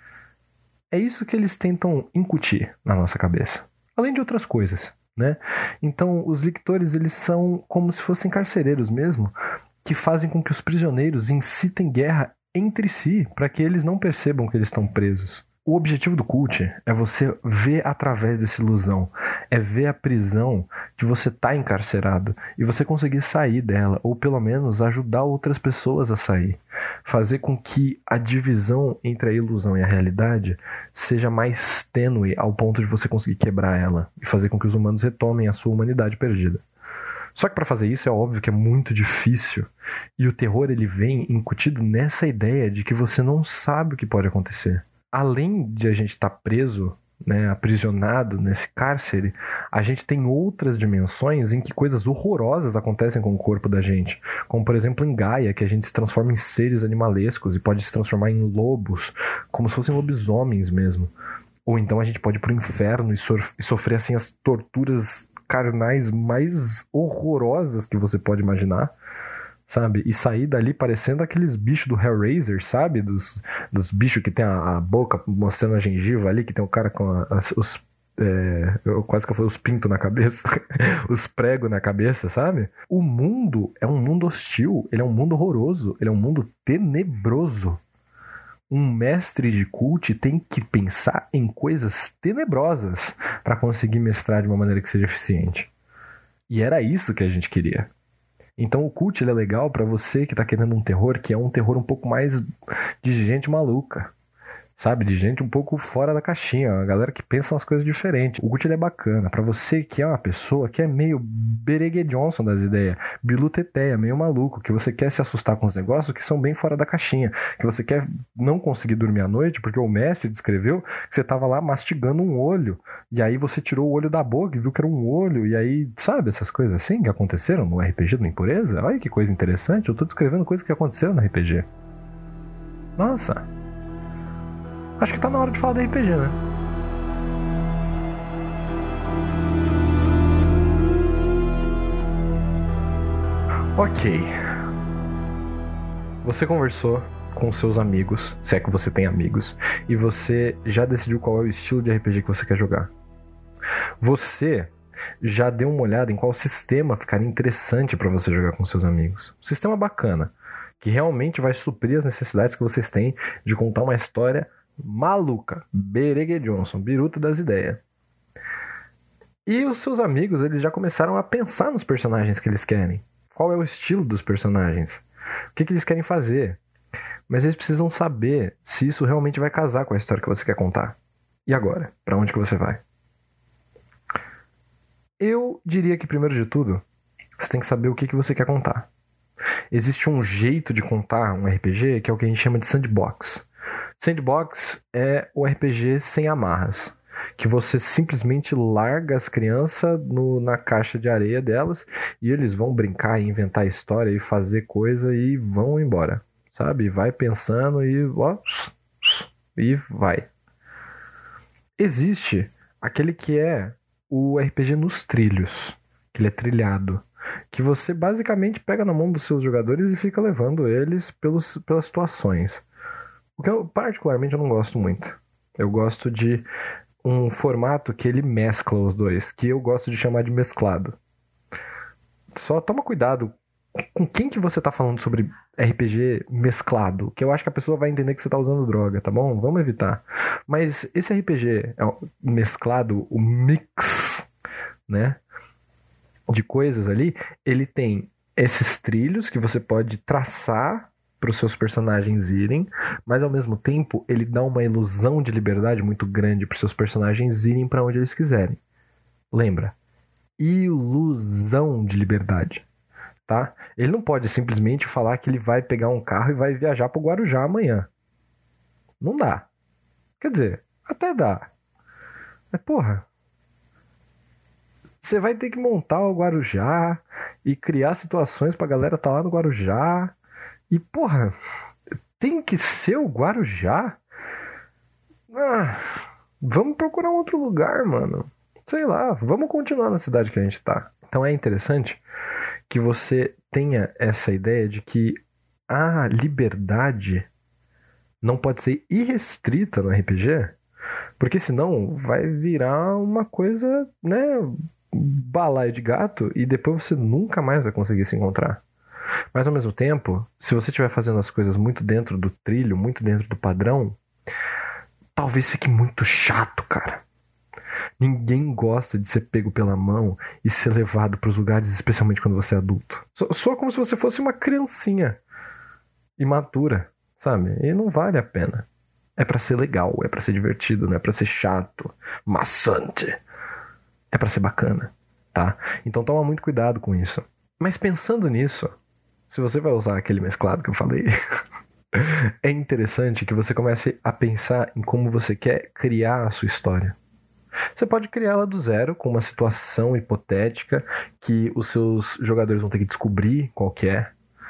é isso que eles tentam incutir na nossa cabeça. Além de outras coisas, né? Então, os lictores, eles são como se fossem carcereiros mesmo, que fazem com que os prisioneiros incitem guerra entre si, para que eles não percebam que eles estão presos. O objetivo do Cult é você ver através dessa ilusão, é ver a prisão que você está encarcerado e você conseguir sair dela, ou pelo menos ajudar outras pessoas a sair. Fazer com que a divisão entre a ilusão e a realidade seja mais tênue ao ponto de você conseguir quebrar ela e fazer com que os humanos retomem a sua humanidade perdida. Só que para fazer isso é óbvio que é muito difícil, e o terror ele vem incutido nessa ideia de que você não sabe o que pode acontecer. Além de a gente estar tá preso, né, aprisionado nesse cárcere, a gente tem outras dimensões em que coisas horrorosas acontecem com o corpo da gente. Como, por exemplo, em Gaia, que a gente se transforma em seres animalescos e pode se transformar em lobos, como se fossem lobisomens mesmo. Ou então a gente pode ir pro inferno e, so- e sofrer assim, as torturas carnais mais horrorosas que você pode imaginar. Sabe? E sair dali parecendo aqueles bichos do Hellraiser, sabe? Dos, dos bichos que tem a, a boca mostrando a gengiva ali, que tem o cara com a, as, os... É, eu quase que eu falei os pintos na cabeça. Os pregos na cabeça, sabe? O mundo é um mundo hostil, ele é um mundo horroroso, ele é um mundo tenebroso. Um mestre de Cult tem que pensar em coisas tenebrosas para conseguir mestrar de uma maneira que seja eficiente. E era isso que a gente queria. Então o Cult ele é legal pra você que tá querendo um terror que é um terror um pouco mais de gente maluca, sabe? De gente um pouco fora da caixinha, uma galera que pensa umas coisas diferentes. O Cult ele é bacana pra você que é uma pessoa que é meio Beregue Johnson das ideias, Bilu Teteia, meio maluco, que você quer se assustar com os negócios que são bem fora da caixinha, que você quer não conseguir dormir à noite porque o mestre descreveu que você tava lá mastigando um olho, e aí você tirou o olho da boca e viu que era um olho, e aí, sabe, essas coisas assim que aconteceram no R P G do Impureza? Olha que coisa interessante, eu tô descrevendo coisas que aconteceram no R P G. Nossa, acho que tá na hora de falar do R P G, né? Ok. Você conversou com seus amigos, se é que você tem amigos, e você já decidiu qual é o estilo de R P G que você quer jogar. Você já deu uma olhada em qual sistema ficaria interessante para você jogar com seus amigos. Um sistema bacana, que realmente vai suprir as necessidades que vocês têm de contar uma história maluca, Beregue Johnson, biruta das ideias. E os seus amigos, eles já começaram a pensar nos personagens que eles querem. Qual é o estilo dos personagens? O que, que eles querem fazer? Mas eles precisam saber se isso realmente vai casar com a história que você quer contar. E agora? Pra onde que você vai? Eu diria que, primeiro de tudo, você tem que saber o que, que você quer contar. Existe um jeito de contar um R P G que é o que a gente chama de sandbox. Sandbox é o R P G sem amarras, que você simplesmente larga as crianças no, na caixa de areia delas e eles vão brincar e inventar história e fazer coisa e vão embora, sabe? Vai pensando e ó, e vai. Existe aquele que é o R P G nos trilhos, que ele é trilhado, que você basicamente pega na mão dos seus jogadores e fica levando eles pelos, pelas situações. O que eu particularmente eu não gosto muito. Eu gosto de um formato que ele mescla os dois, que eu gosto de chamar de mesclado. Só toma cuidado com quem que você tá falando sobre R P G mesclado, que eu acho que a pessoa vai entender que você tá usando droga, tá bom? Vamos evitar. Mas esse R P G mesclado, o mix, né, de coisas ali, ele tem esses trilhos que você pode traçar para os seus personagens irem, mas ao mesmo tempo ele dá uma ilusão de liberdade muito grande para os seus personagens irem para onde eles quiserem. Lembra? Ilusão de liberdade, tá? Ele não pode simplesmente falar que ele vai pegar um carro e vai viajar para o Guarujá amanhã. Não dá. Quer dizer, até dá. Mas porra, você vai ter que montar o Guarujá e criar situações pra galera tá lá no Guarujá. E, porra, tem que ser o Guarujá? Ah, vamos procurar um outro lugar, mano. Sei lá, vamos continuar na cidade que a gente tá. Então é interessante que você tenha essa ideia de que a liberdade não pode ser irrestrita no R P G, porque senão vai virar uma coisa, né, balaio de gato, e depois você nunca mais vai conseguir se encontrar. Mas ao mesmo tempo, se você estiver fazendo as coisas muito dentro do trilho, muito dentro do padrão, talvez fique muito chato, cara. Ninguém gosta de ser pego pela mão e ser levado para os lugares, especialmente quando você é adulto. Só, só como se você fosse uma criancinha imatura, sabe? E não vale a pena. É pra ser legal, é pra ser divertido, não é pra ser chato, maçante. É pra ser bacana, tá? Então toma muito cuidado com isso. Mas pensando nisso, se você vai usar aquele mesclado que eu falei, é interessante que você comece a pensar em como você quer criar a sua história. Você pode criar ela do zero, com uma situação hipotética que os seus jogadores vão ter que descobrir qual que é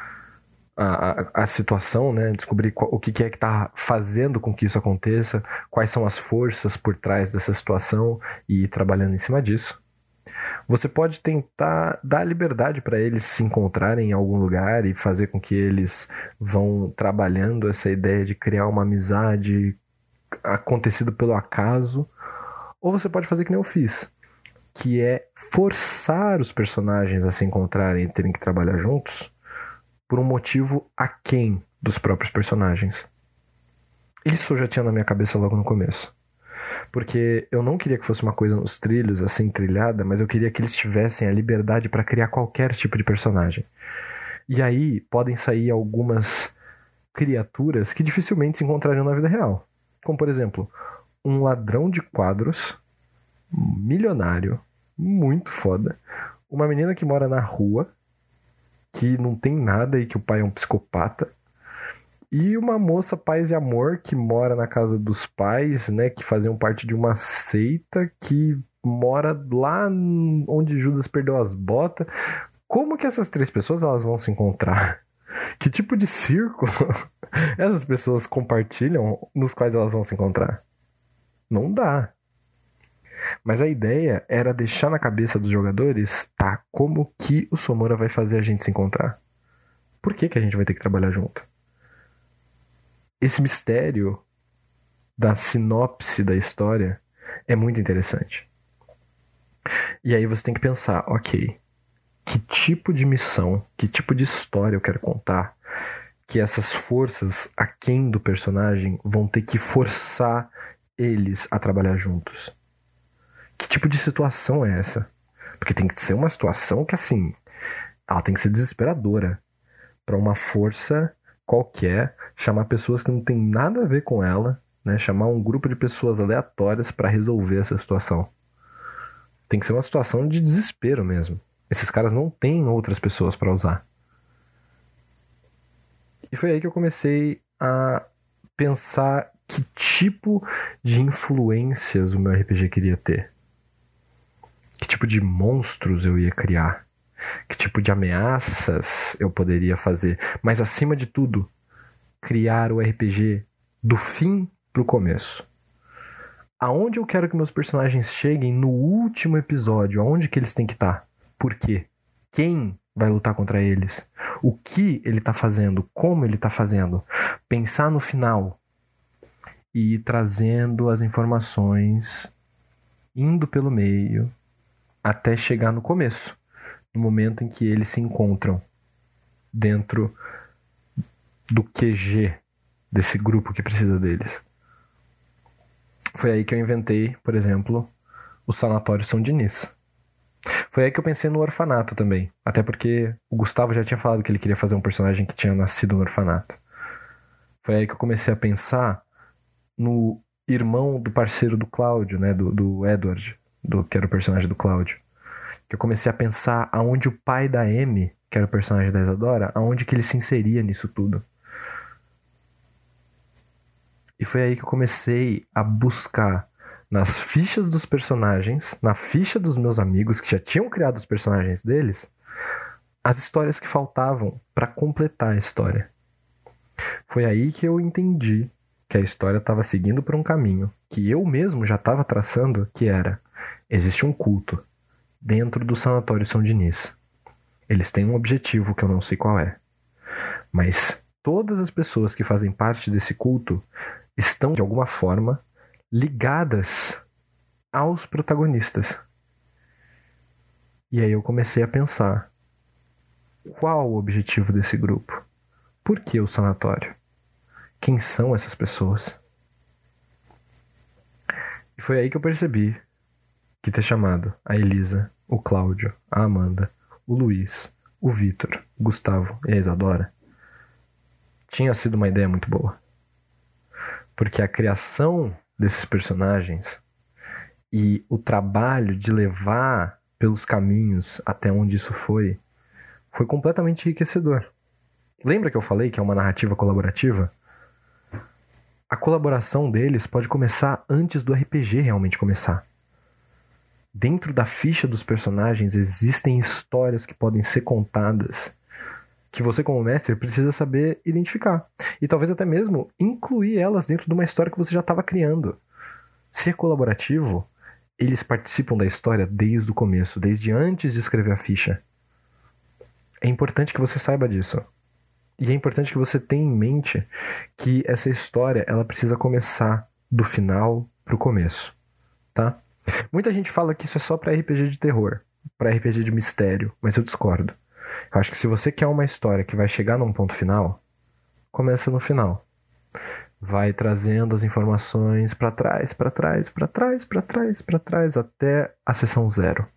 a, a, a situação, né? Descobrir qual, o que, que é que está fazendo com que isso aconteça, quais são as forças por trás dessa situação e ir trabalhando em cima disso. Você pode tentar dar liberdade para eles se encontrarem em algum lugar e fazer com que eles vão trabalhando essa ideia de criar uma amizade acontecido pelo acaso. Ou você pode fazer que nem eu fiz, que é forçar os personagens a se encontrarem e terem que trabalhar juntos por um motivo aquém dos próprios personagens. Isso eu já tinha na minha cabeça logo no começo. Porque eu não queria que fosse uma coisa nos trilhos, assim, trilhada, mas eu queria que eles tivessem a liberdade para criar qualquer tipo de personagem. E aí podem sair algumas criaturas que dificilmente se encontrariam na vida real. Como, por exemplo, um ladrão de quadros, milionário, muito foda, uma menina que mora na rua, que não tem nada e que o pai é um psicopata, e uma moça paz e amor que mora na casa dos pais, né, que faziam parte de uma seita que mora lá onde Judas perdeu as botas. Como que essas três pessoas elas vão se encontrar? Que tipo de círculo essas pessoas compartilham nos quais elas vão se encontrar? Não dá. Mas a ideia era deixar na cabeça dos jogadores, tá, como que o Somora vai fazer a gente se encontrar? Por que que a gente vai ter que trabalhar junto? Esse mistério da sinopse da história é muito interessante. E aí você tem que pensar, ok, que tipo de missão, que tipo de história eu quero contar, que essas forças aquém do personagem vão ter que forçar eles a trabalhar juntos. Que tipo de situação é essa? Porque tem que ser uma situação que, assim, ela tem que ser desesperadora para uma força qualquer chamar pessoas que não tem nada a ver com ela, né? Chamar um grupo de pessoas aleatórias para resolver essa situação. Tem que ser uma situação de desespero mesmo. Esses caras não têm outras pessoas para usar. E foi aí que eu comecei a pensar que tipo de influências o meu R P G queria ter. Que tipo de monstros eu ia criar. Que tipo de ameaças eu poderia fazer. Mas acima de tudo, criar o R P G do fim pro começo. Aonde eu quero que meus personagens cheguem no último episódio? Aonde que eles têm que estar? Por quê? Quem vai lutar contra eles? O que ele tá fazendo? Como ele tá fazendo? Pensar no final e ir trazendo as informações, indo pelo meio, até chegar no começo, no momento em que eles se encontram dentro do Q G desse grupo que precisa deles. Foi aí que eu inventei, por exemplo, o Sanatório São Diniz. Foi aí que eu pensei no orfanato também. Até porque o Gustavo já tinha falado que ele queria fazer um personagem que tinha nascido no orfanato. Foi aí que eu comecei a pensar no irmão do parceiro do Cláudio, né? Do, do Edward, do, que era o personagem do Cláudio. Que eu comecei a pensar aonde o pai da Amy, que era o personagem da Isadora, aonde que ele se inseria nisso tudo. E foi aí que eu comecei a buscar nas fichas dos personagens, na ficha dos meus amigos que já tinham criado os personagens deles, as histórias que faltavam para completar a história. Foi aí que eu entendi que a história estava seguindo por um caminho que eu mesmo já estava traçando, que era: existe um culto dentro do Sanatório São Diniz. Eles têm um objetivo que eu não sei qual é. Mas todas as pessoas que fazem parte desse culto estão, de alguma forma, ligadas aos protagonistas. E aí eu comecei a pensar: qual o objetivo desse grupo? Por que o sanatório? Quem são essas pessoas? E foi aí que eu percebi que ter chamado a Elisa, o Cláudio, a Amanda, o Luiz, o Vitor, o Gustavo e a Isadora tinha sido uma ideia muito boa. Porque a criação desses personagens e o trabalho de levar pelos caminhos até onde isso foi, foi completamente enriquecedor. Lembra que eu falei que é uma narrativa colaborativa? A colaboração deles pode começar antes do R P G realmente começar. Dentro da ficha dos personagens existem histórias que podem ser contadas, que você como mestre precisa saber identificar. E talvez até mesmo incluir elas dentro de uma história que você já estava criando. Se é colaborativo, eles participam da história desde o começo, desde antes de escrever a ficha. É importante que você saiba disso. E é importante que você tenha em mente que essa história ela precisa começar do final pro começo, tá? Muita gente fala que isso é só para R P G de terror, para R P G de mistério, mas eu discordo. Eu acho que se você quer uma história que vai chegar num ponto final, começa no final. Vai trazendo as informações para trás, para trás, para trás, para trás, para trás, até a sessão zero.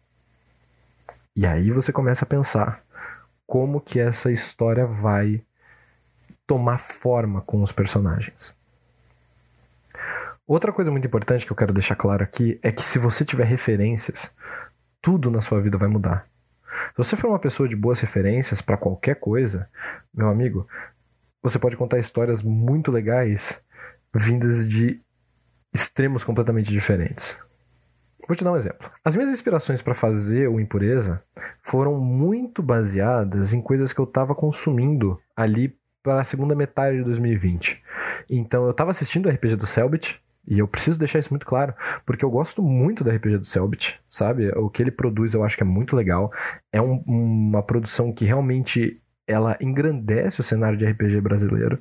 E aí você começa a pensar como que essa história vai tomar forma com os personagens. Outra coisa muito importante que eu quero deixar claro aqui é que se você tiver referências, tudo na sua vida vai mudar. Se você for uma pessoa de boas referências para qualquer coisa, meu amigo, você pode contar histórias muito legais vindas de extremos completamente diferentes. Vou te dar um exemplo. As minhas inspirações para fazer o Impureza foram muito baseadas em coisas que eu estava consumindo ali para a segunda metade de dois mil e vinte. Então eu estava assistindo o R P G do Selbit, e eu preciso deixar isso muito claro, porque eu gosto muito do R P G do Selbit, sabe? O que ele produz eu acho que é muito legal. É um, uma produção que realmente ela engrandece o cenário de R P G brasileiro.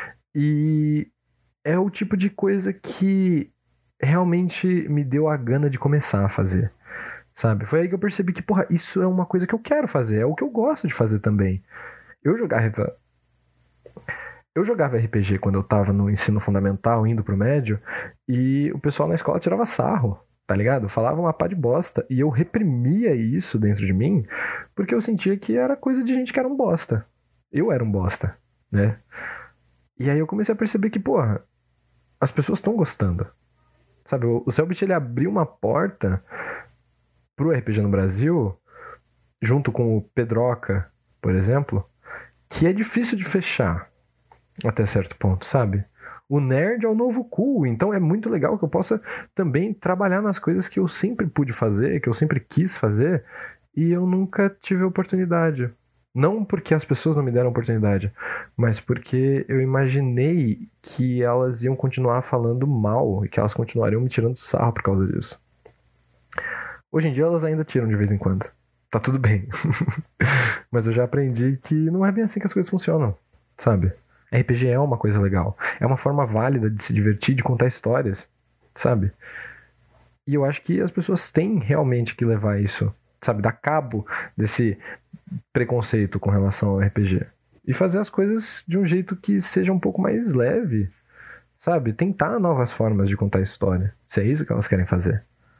E é o tipo de coisa que realmente me deu a gana de começar a fazer, sabe? Foi aí que eu percebi que, porra, isso é uma coisa que eu quero fazer, é o que eu gosto de fazer também. Eu jogava... Eu jogava R P G quando eu tava no ensino fundamental, indo pro médio, e o pessoal na escola tirava sarro, tá ligado? Falava uma pá de bosta, e eu reprimia isso dentro de mim, porque eu sentia que era coisa de gente que era um bosta. Eu era um bosta, né? E aí eu comecei a perceber que, porra, as pessoas estão gostando. Sabe, o Cellbit, ele abriu uma porta pro R P G no Brasil, junto com o Pedroca, por exemplo, que é difícil de fechar até certo ponto, sabe? O nerd é o novo cool, então é muito legal que eu possa também trabalhar nas coisas que eu sempre pude fazer, que eu sempre quis fazer, e eu nunca tive oportunidade. Não porque as pessoas não me deram oportunidade, mas porque eu imaginei que elas iam continuar falando mal e que elas continuariam me tirando sarro por causa disso. Hoje em dia elas ainda tiram de vez em quando. Tá tudo bem. Mas eu já aprendi que não é bem assim que as coisas funcionam, sabe? R P G é uma coisa legal. É uma forma válida de se divertir, de contar histórias, sabe? E eu acho que as pessoas têm realmente que levar isso, sabe? Dar cabo desse preconceito com relação ao R P G. E fazer as coisas de um jeito que seja um pouco mais leve, sabe? Tentar novas formas de contar história. Se é isso que elas querem fazer.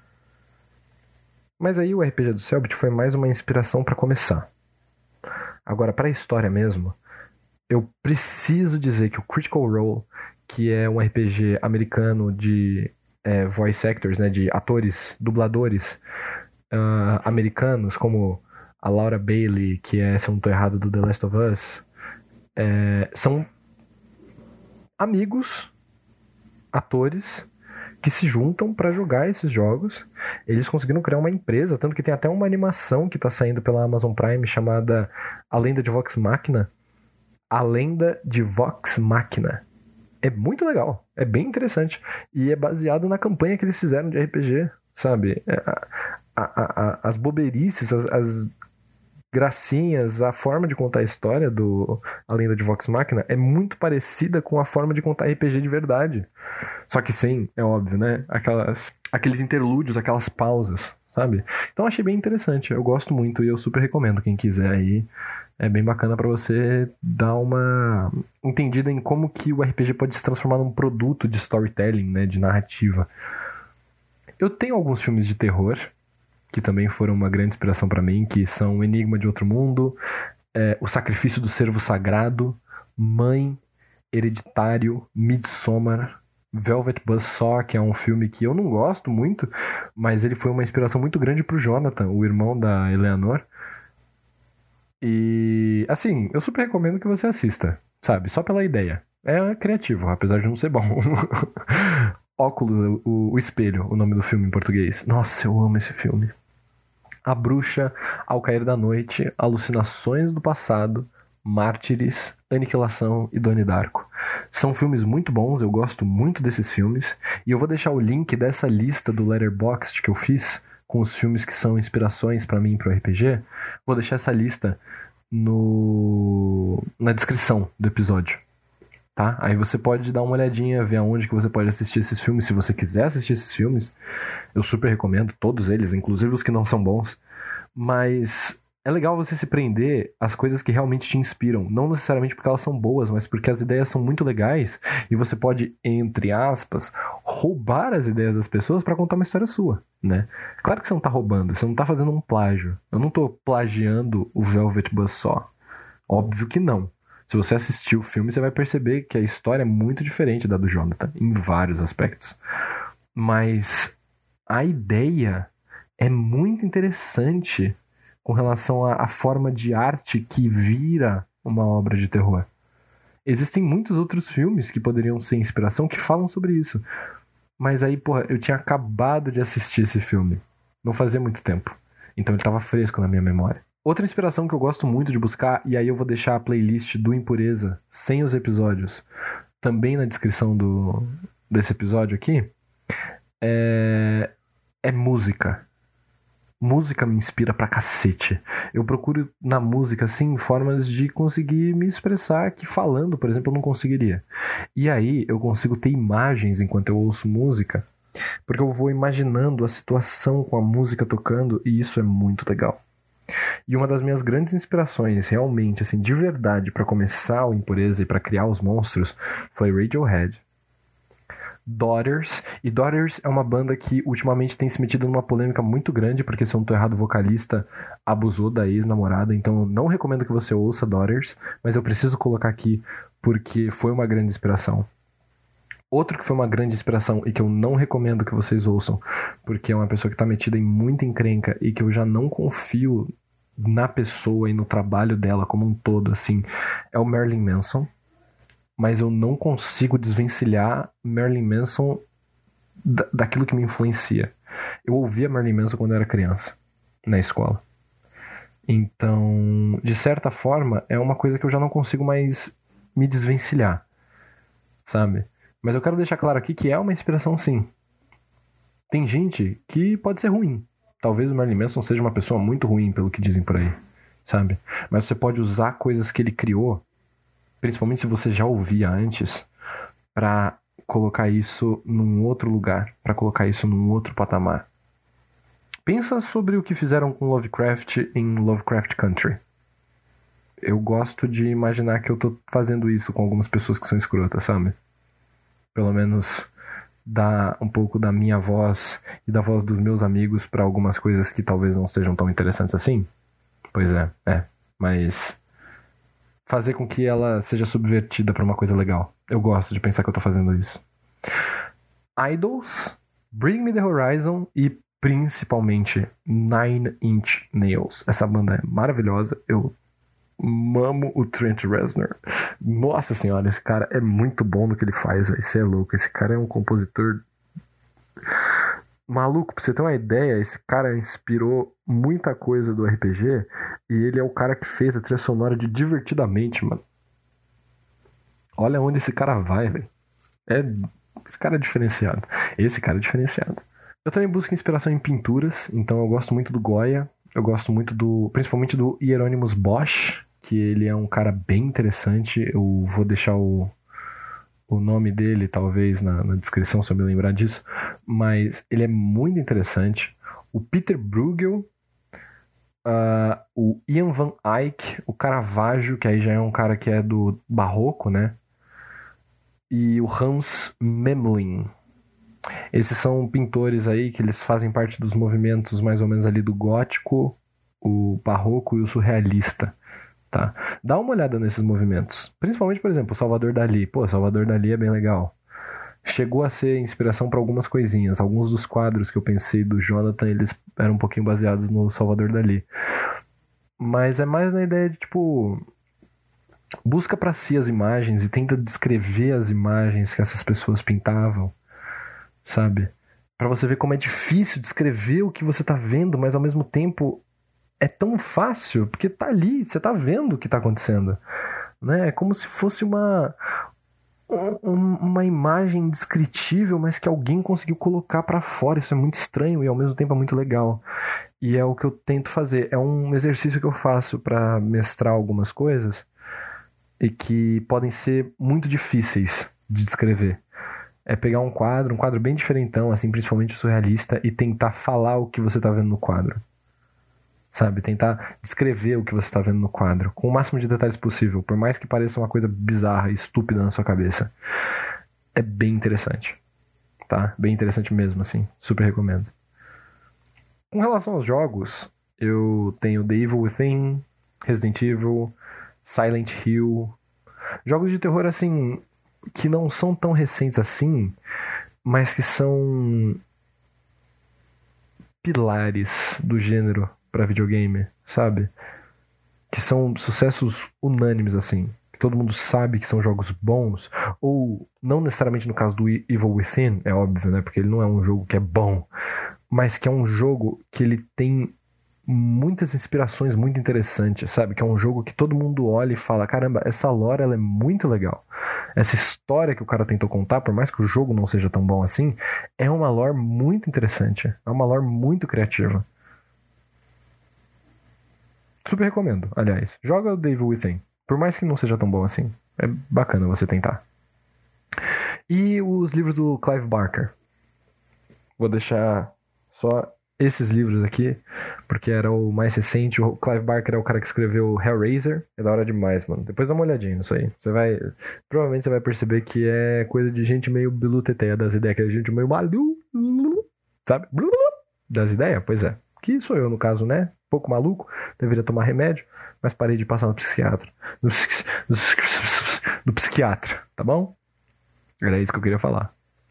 Mas aí o R P G do Cellbit foi mais uma inspiração pra começar. Agora, pra história mesmo, eu preciso dizer que o Critical Role, que é um R P G americano de é, voice actors, né, de atores, dubladores uh, americanos, como a Laura Bailey, que é, se eu não tô errado, do The Last of Us, é, são amigos, atores, que se juntam pra jogar esses jogos. Eles conseguiram criar uma empresa, tanto que tem até uma animação que tá saindo pela Amazon Prime chamada A Lenda de Vox Machina. A Lenda de Vox Machina. É muito legal, é bem interessante. E é baseado na campanha que eles fizeram de R P G, sabe? A, a, a, as boberices, as, as gracinhas, a forma de contar a história do A Lenda de Vox Machina é muito parecida com a forma de contar R P G de verdade. Só que sim, é óbvio, né? Aquelas, aqueles interlúdios, aquelas pausas, sabe? Então achei bem interessante, eu gosto muito e eu super recomendo quem quiser aí. É bem bacana pra você dar uma entendida em como que o R P G pode se transformar num produto de storytelling, né? De narrativa. Eu tenho alguns filmes de terror que também foram uma grande inspiração pra mim, que são Enigma de Outro Mundo, é, O Sacrifício do Cervo Sagrado, Mãe, Hereditário, Midsommar, Velvet Buzzsaw, que é um filme que eu não gosto muito, mas ele foi uma inspiração muito grande pro Jonathan, o irmão da Eleanor. E, assim, eu super recomendo que você assista, sabe? Só pela ideia. É criativo, apesar de não ser bom. Óculos, o, o Espelho, o nome do filme em português. Nossa, eu amo esse filme. A Bruxa, Ao Cair da Noite, Alucinações do Passado, Mártires, Aniquilação e Donnie Darko. São filmes muito bons, eu gosto muito desses filmes. E eu vou deixar o link dessa lista do Letterboxd que eu fiz, com os filmes que são inspirações pra mim pro R P G. Vou deixar essa lista no... na descrição do episódio. Tá? Aí você pode dar uma olhadinha, ver aonde que você pode assistir esses filmes, se você quiser assistir esses filmes. Eu super recomendo, todos eles, inclusive os que não são bons. Mas é legal você se prender às coisas que realmente te inspiram. Não necessariamente porque elas são boas, mas porque as ideias são muito legais e você pode, entre aspas, roubar as ideias das pessoas pra contar uma história sua, né? Claro que você não tá roubando, você não tá fazendo um plágio. Eu não tô plagiando o Velvet Buzzsaw. Óbvio que não. Se você assistir o filme, você vai perceber que a história é muito diferente da do Jonathan, em vários aspectos. Mas a ideia é muito interessante com relação à, à forma de arte que vira uma obra de terror. Existem muitos outros filmes que poderiam ser inspiração que falam sobre isso. Mas aí, porra, eu tinha acabado de assistir esse filme. Não fazia muito tempo. Então ele tava fresco na minha memória. Outra inspiração que eu gosto muito de buscar, e aí eu vou deixar a playlist do Impureza, sem os episódios, também na descrição do, desse episódio aqui, é, é música. Música me inspira pra cacete. Eu procuro na música, assim, formas de conseguir me expressar que falando, por exemplo, eu não conseguiria. E aí eu consigo ter imagens enquanto eu ouço música, porque eu vou imaginando a situação com a música tocando, e isso é muito legal. E uma das minhas grandes inspirações, realmente, assim, de verdade, pra começar o Impureza e pra criar os monstros, foi Radiohead, Daughters. E Daughters é uma banda que ultimamente tem se metido numa polêmica muito grande, porque, se eu não tô errado, o vocalista abusou da ex-namorada. Então eu não recomendo que você ouça Daughters, mas eu preciso colocar aqui porque foi uma grande inspiração. Outro que foi uma grande inspiração e que eu não recomendo que vocês ouçam, porque é uma pessoa que tá metida em muita encrenca e que eu já não confio na pessoa e no trabalho dela como um todo, assim, é o Marilyn Manson. Mas eu não consigo desvencilhar Marilyn Manson da, daquilo que me influencia. Eu ouvia Marilyn Manson quando eu era criança, na escola. Então, de certa forma, é uma coisa que eu já não consigo mais me desvencilhar, sabe? Mas eu quero deixar claro aqui que é uma inspiração, sim. Tem gente que pode ser ruim. Talvez o Marilyn Manson seja uma pessoa muito ruim, pelo que dizem por aí, sabe? Mas você pode usar coisas que ele criou, principalmente se você já ouvia antes, pra colocar isso num outro lugar, pra colocar isso num outro patamar. Pensa sobre o que fizeram com Lovecraft em Lovecraft Country. Eu gosto de imaginar que eu tô fazendo isso com algumas pessoas que são escrotas, sabe? Pelo menos dar um pouco da minha voz e da voz dos meus amigos pra algumas coisas que talvez não sejam tão interessantes assim. Pois é, é. Mas fazer com que ela seja subvertida pra uma coisa legal. Eu gosto de pensar que eu tô fazendo isso. Idols, Bring Me The Horizon e principalmente Nine Inch Nails. Essa banda é maravilhosa. Eu mamo o Trent Reznor. Nossa senhora, esse cara é muito bom no que ele faz, véio. Você é louco. Esse cara é um compositor maluco. Pra você ter uma ideia, esse cara inspirou muita coisa do R P G e ele é o cara que fez a trilha sonora de Divertidamente, mano. Olha onde esse cara vai, velho. É... Esse cara é diferenciado. Esse cara é diferenciado. Eu também busco inspiração em pinturas, então eu gosto muito do Goya. Eu gosto muito do... principalmente do Hieronymus Bosch, que ele é um cara bem interessante. Eu vou deixar o, o nome dele, talvez, na, na descrição, se eu me lembrar disso. Mas ele é muito interessante. O Peter Bruegel, uh, o Ian Van Eyck, o Caravaggio, que aí já é um cara que é do barroco, né? E o Hans Memling. Esses são pintores aí que eles fazem parte dos movimentos mais ou menos ali do gótico, o barroco e o surrealista, tá? Dá uma olhada nesses movimentos. Principalmente, por exemplo, o Salvador Dalí. Pô, Salvador Dalí é bem legal. Chegou a ser inspiração para algumas coisinhas. Alguns dos quadros que eu pensei do Jonathan, eles eram um pouquinho baseados no Salvador Dalí. Mas é mais na ideia de, tipo... busca pra si as imagens e tenta descrever as imagens que essas pessoas pintavam, sabe? Pra você ver como é difícil descrever o que você tá vendo, mas ao mesmo tempo é tão fácil, porque tá ali, você tá vendo o que tá acontecendo, né? É como se fosse uma um, uma imagem indescritível, mas que alguém conseguiu colocar pra fora. Isso é muito estranho e ao mesmo tempo é muito legal. E é o que eu tento fazer. É um exercício que eu faço pra mestrar algumas coisas e que podem ser muito difíceis de descrever. É pegar um quadro, um quadro bem diferentão, assim, principalmente o surrealista, e tentar falar o que você tá vendo no quadro. Sabe? Tentar descrever o que você tá vendo no quadro, com o máximo de detalhes possível, por mais que pareça uma coisa bizarra e estúpida na sua cabeça. É bem interessante. Tá? Bem interessante mesmo, assim. Super recomendo. Com relação aos jogos, eu tenho The Evil Within, Resident Evil, Silent Hill. Jogos de terror, assim, que não são tão recentes assim, mas que são pilares do gênero pra videogame, sabe? Que são sucessos unânimes, assim. Que todo mundo sabe que são jogos bons, ou não necessariamente no caso do Evil Within, é óbvio, né? Porque ele não é um jogo que é bom, mas que é um jogo que ele tem muitas inspirações muito interessantes, sabe? Que é um jogo que todo mundo olha e fala, caramba, essa lore ela é muito legal. Essa história que o cara tentou contar, por mais que o jogo não seja tão bom assim, é uma lore muito interessante. É uma lore muito criativa. Super recomendo, aliás. Joga o The Evil Within. Por mais que não seja tão bom assim. É bacana você tentar. E os livros do Clive Barker. Vou deixar só esses livros aqui, porque era o mais recente. O Clive Barker é o cara que escreveu Hellraiser. É da hora demais, mano. Depois dá uma olhadinha nisso aí. Você vai... Provavelmente você vai perceber que é coisa de gente meio biluteteia das ideias, que é gente meio maluco, sabe? Das ideias? Pois é. Que sou eu, no caso, né? Pouco maluco. Deveria tomar remédio, mas parei de passar no psiquiatra. No, no, no psiquiatra, tá bom? Era isso que eu queria falar.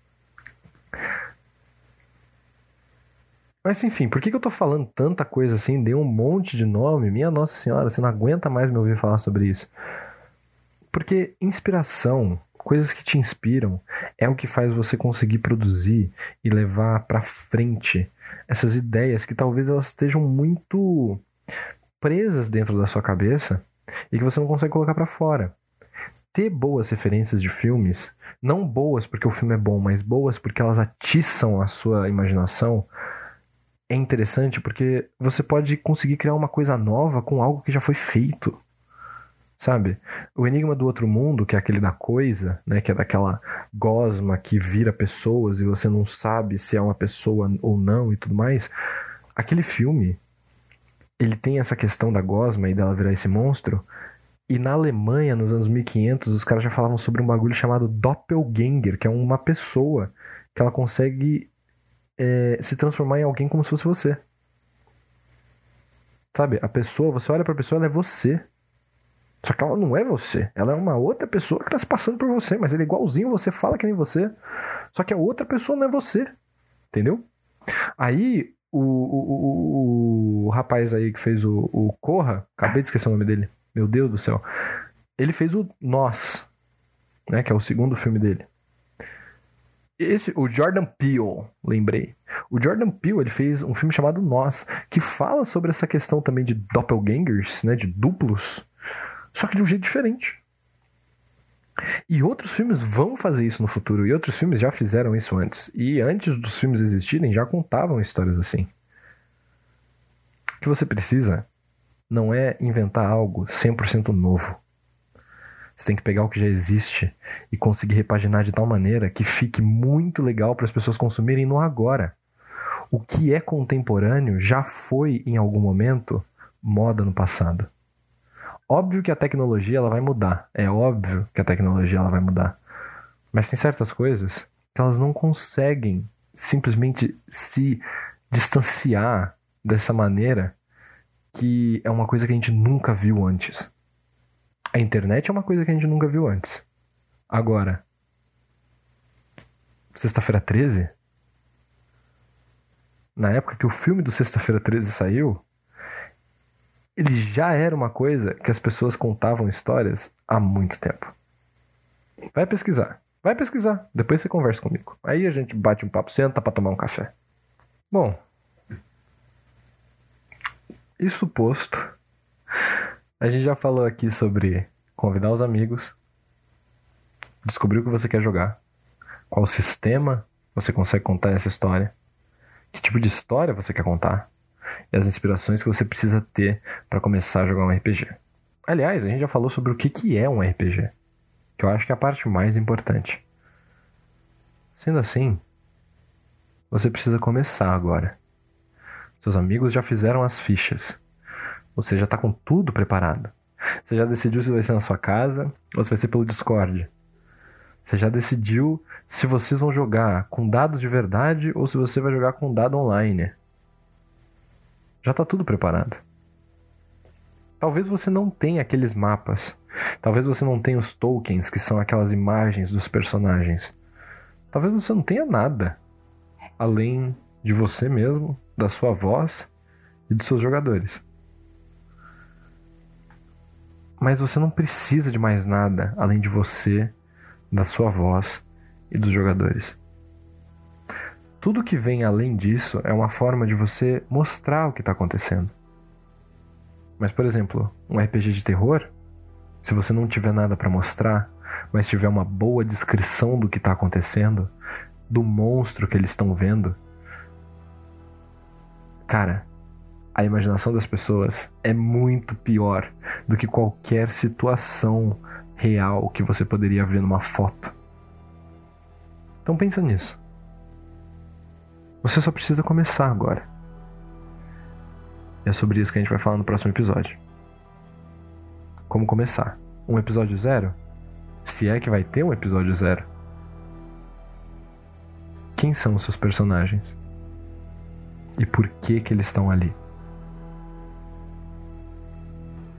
Mas enfim, por que, que eu tô falando tanta coisa assim? Dei um monte de nome. Minha Nossa Senhora, você não aguenta mais me ouvir falar sobre isso. Porque inspiração, coisas que te inspiram, é o que faz você conseguir produzir e levar pra frente essas ideias que talvez elas estejam muito presas dentro da sua cabeça e que você não consegue colocar pra fora. Ter boas referências de filmes, não boas porque o filme é bom, mas boas porque elas atiçam a sua imaginação, é interessante porque você pode conseguir criar uma coisa nova com algo que já foi feito. Sabe? O Enigma do Outro Mundo, que é aquele da coisa, né? Que é daquela gosma que vira pessoas e você não sabe se é uma pessoa ou não e tudo mais. Aquele filme, ele tem essa questão da gosma e dela virar esse monstro. E na Alemanha, nos anos mil e quinhentos, os caras já falavam sobre um bagulho chamado Doppelganger, que é uma pessoa que ela consegue é, se transformar em alguém como se fosse você. Sabe? A pessoa, você olha pra pessoa, ela é você. Só que ela não é você. Ela é uma outra pessoa que tá se passando por você, mas ele é igualzinho você, fala que nem você. Só que a outra pessoa não é você. Entendeu? Aí, o, o, o, o rapaz aí que fez o, o Corra, acabei de esquecer o nome dele. Meu Deus do céu. Ele fez o Nós, né? Que é o segundo filme dele. Esse, o Jordan Peele, lembrei. O Jordan Peele, ele fez um filme chamado Nós, que fala sobre essa questão também de doppelgangers, né? De duplos. Só que de um jeito diferente. E outros filmes vão fazer isso no futuro. E outros filmes já fizeram isso antes. E antes dos filmes existirem, já contavam histórias assim. O que você precisa não é inventar algo cem por cento novo. Você tem que pegar o que já existe e conseguir repaginar de tal maneira que fique muito legal para as pessoas consumirem no agora. O que é contemporâneo já foi, em algum momento, moda no passado. Óbvio que a tecnologia ela vai mudar. É óbvio que a tecnologia ela vai mudar. Mas tem certas coisas que elas não conseguem simplesmente se distanciar dessa maneira que é uma coisa que a gente nunca viu antes. A internet é uma coisa que a gente nunca viu antes. Agora, Sexta-feira treze? Na época que o filme do Sexta-feira treze saiu, ele já era uma coisa que as pessoas contavam histórias há muito tempo. Vai pesquisar. Vai pesquisar. Depois você conversa comigo. Aí a gente bate um papo, senta pra tomar um café. Bom, isso posto, a gente já falou aqui sobre convidar os amigos, descobrir o que você quer jogar, qual sistema você consegue contar essa história, que tipo de história você quer contar, e as inspirações que você precisa ter para começar a jogar um R P G. Aliás, a gente já falou sobre o que que é um R P G, que eu acho que é a parte mais importante. Sendo assim, você precisa começar agora. Seus amigos já fizeram as fichas. Você já está com tudo preparado. Você já decidiu se vai ser na sua casa ou se vai ser pelo Discord. Você já decidiu se vocês vão jogar com dados de verdade ou se você vai jogar com dado online. Já está tudo preparado. Talvez você não tenha aqueles mapas. Talvez você não tenha os tokens, que são aquelas imagens dos personagens. Talvez você não tenha nada além de você mesmo, da sua voz e dos seus jogadores. Mas você não precisa de mais nada além de você, da sua voz e dos jogadores. Tudo que vem além disso é uma forma de você mostrar o que está acontecendo. Mas, por exemplo, um R P G de terror, se você não tiver nada para mostrar, mas tiver uma boa descrição do que está acontecendo, do monstro que eles estão vendo, cara, a imaginação das pessoas é muito pior do que qualquer situação real que você poderia ver numa foto. Então pensa nisso. Você só precisa começar agora. E é sobre isso que a gente vai falar no próximo episódio. Como começar? Um episódio zero? Se é que vai ter um episódio zero. Quem são os seus personagens? E por que que eles estão ali?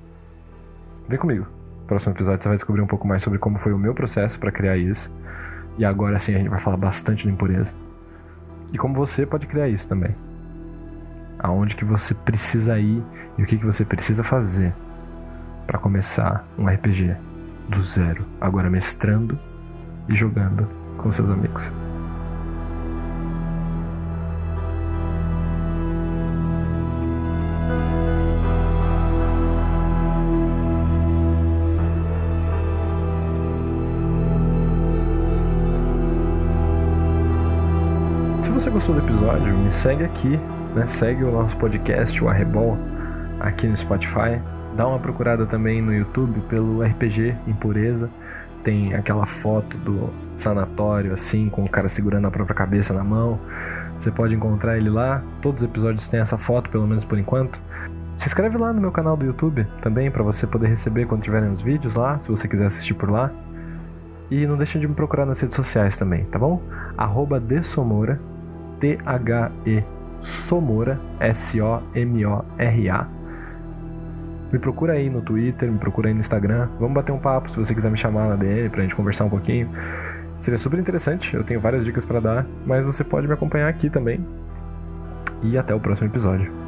Vem comigo. No próximo episódio você vai descobrir um pouco mais sobre como foi o meu processo para criar isso. E agora sim a gente vai falar bastante do Impureza. E como você pode criar isso também. Aonde que você precisa ir e o que que você precisa fazer para começar um R P G do zero, agora mestrando e jogando com seus amigos. Se você gostou do episódio, me segue aqui, né? Segue o nosso podcast, o Arrebol, aqui no Spotify. Dá uma procurada também no YouTube pelo R P G Impureza. Tem aquela foto do sanatório, assim, com o cara segurando a própria cabeça na mão. Você pode encontrar ele lá. Todos os episódios têm essa foto, pelo menos por enquanto. Se inscreve lá no meu canal do YouTube também, para você poder receber quando tiverem os vídeos lá, se você quiser assistir por lá. E não deixem de me procurar nas redes sociais também, tá bom? Arroba Thesomora, T H E Somora, S O M O R A. Me procura aí no Twitter, me procura aí no Instagram. Vamos bater um papo se você quiser me chamar na D M pra gente conversar um pouquinho. Seria super interessante, eu tenho várias dicas pra dar, mas você pode me acompanhar aqui também. E até o próximo episódio.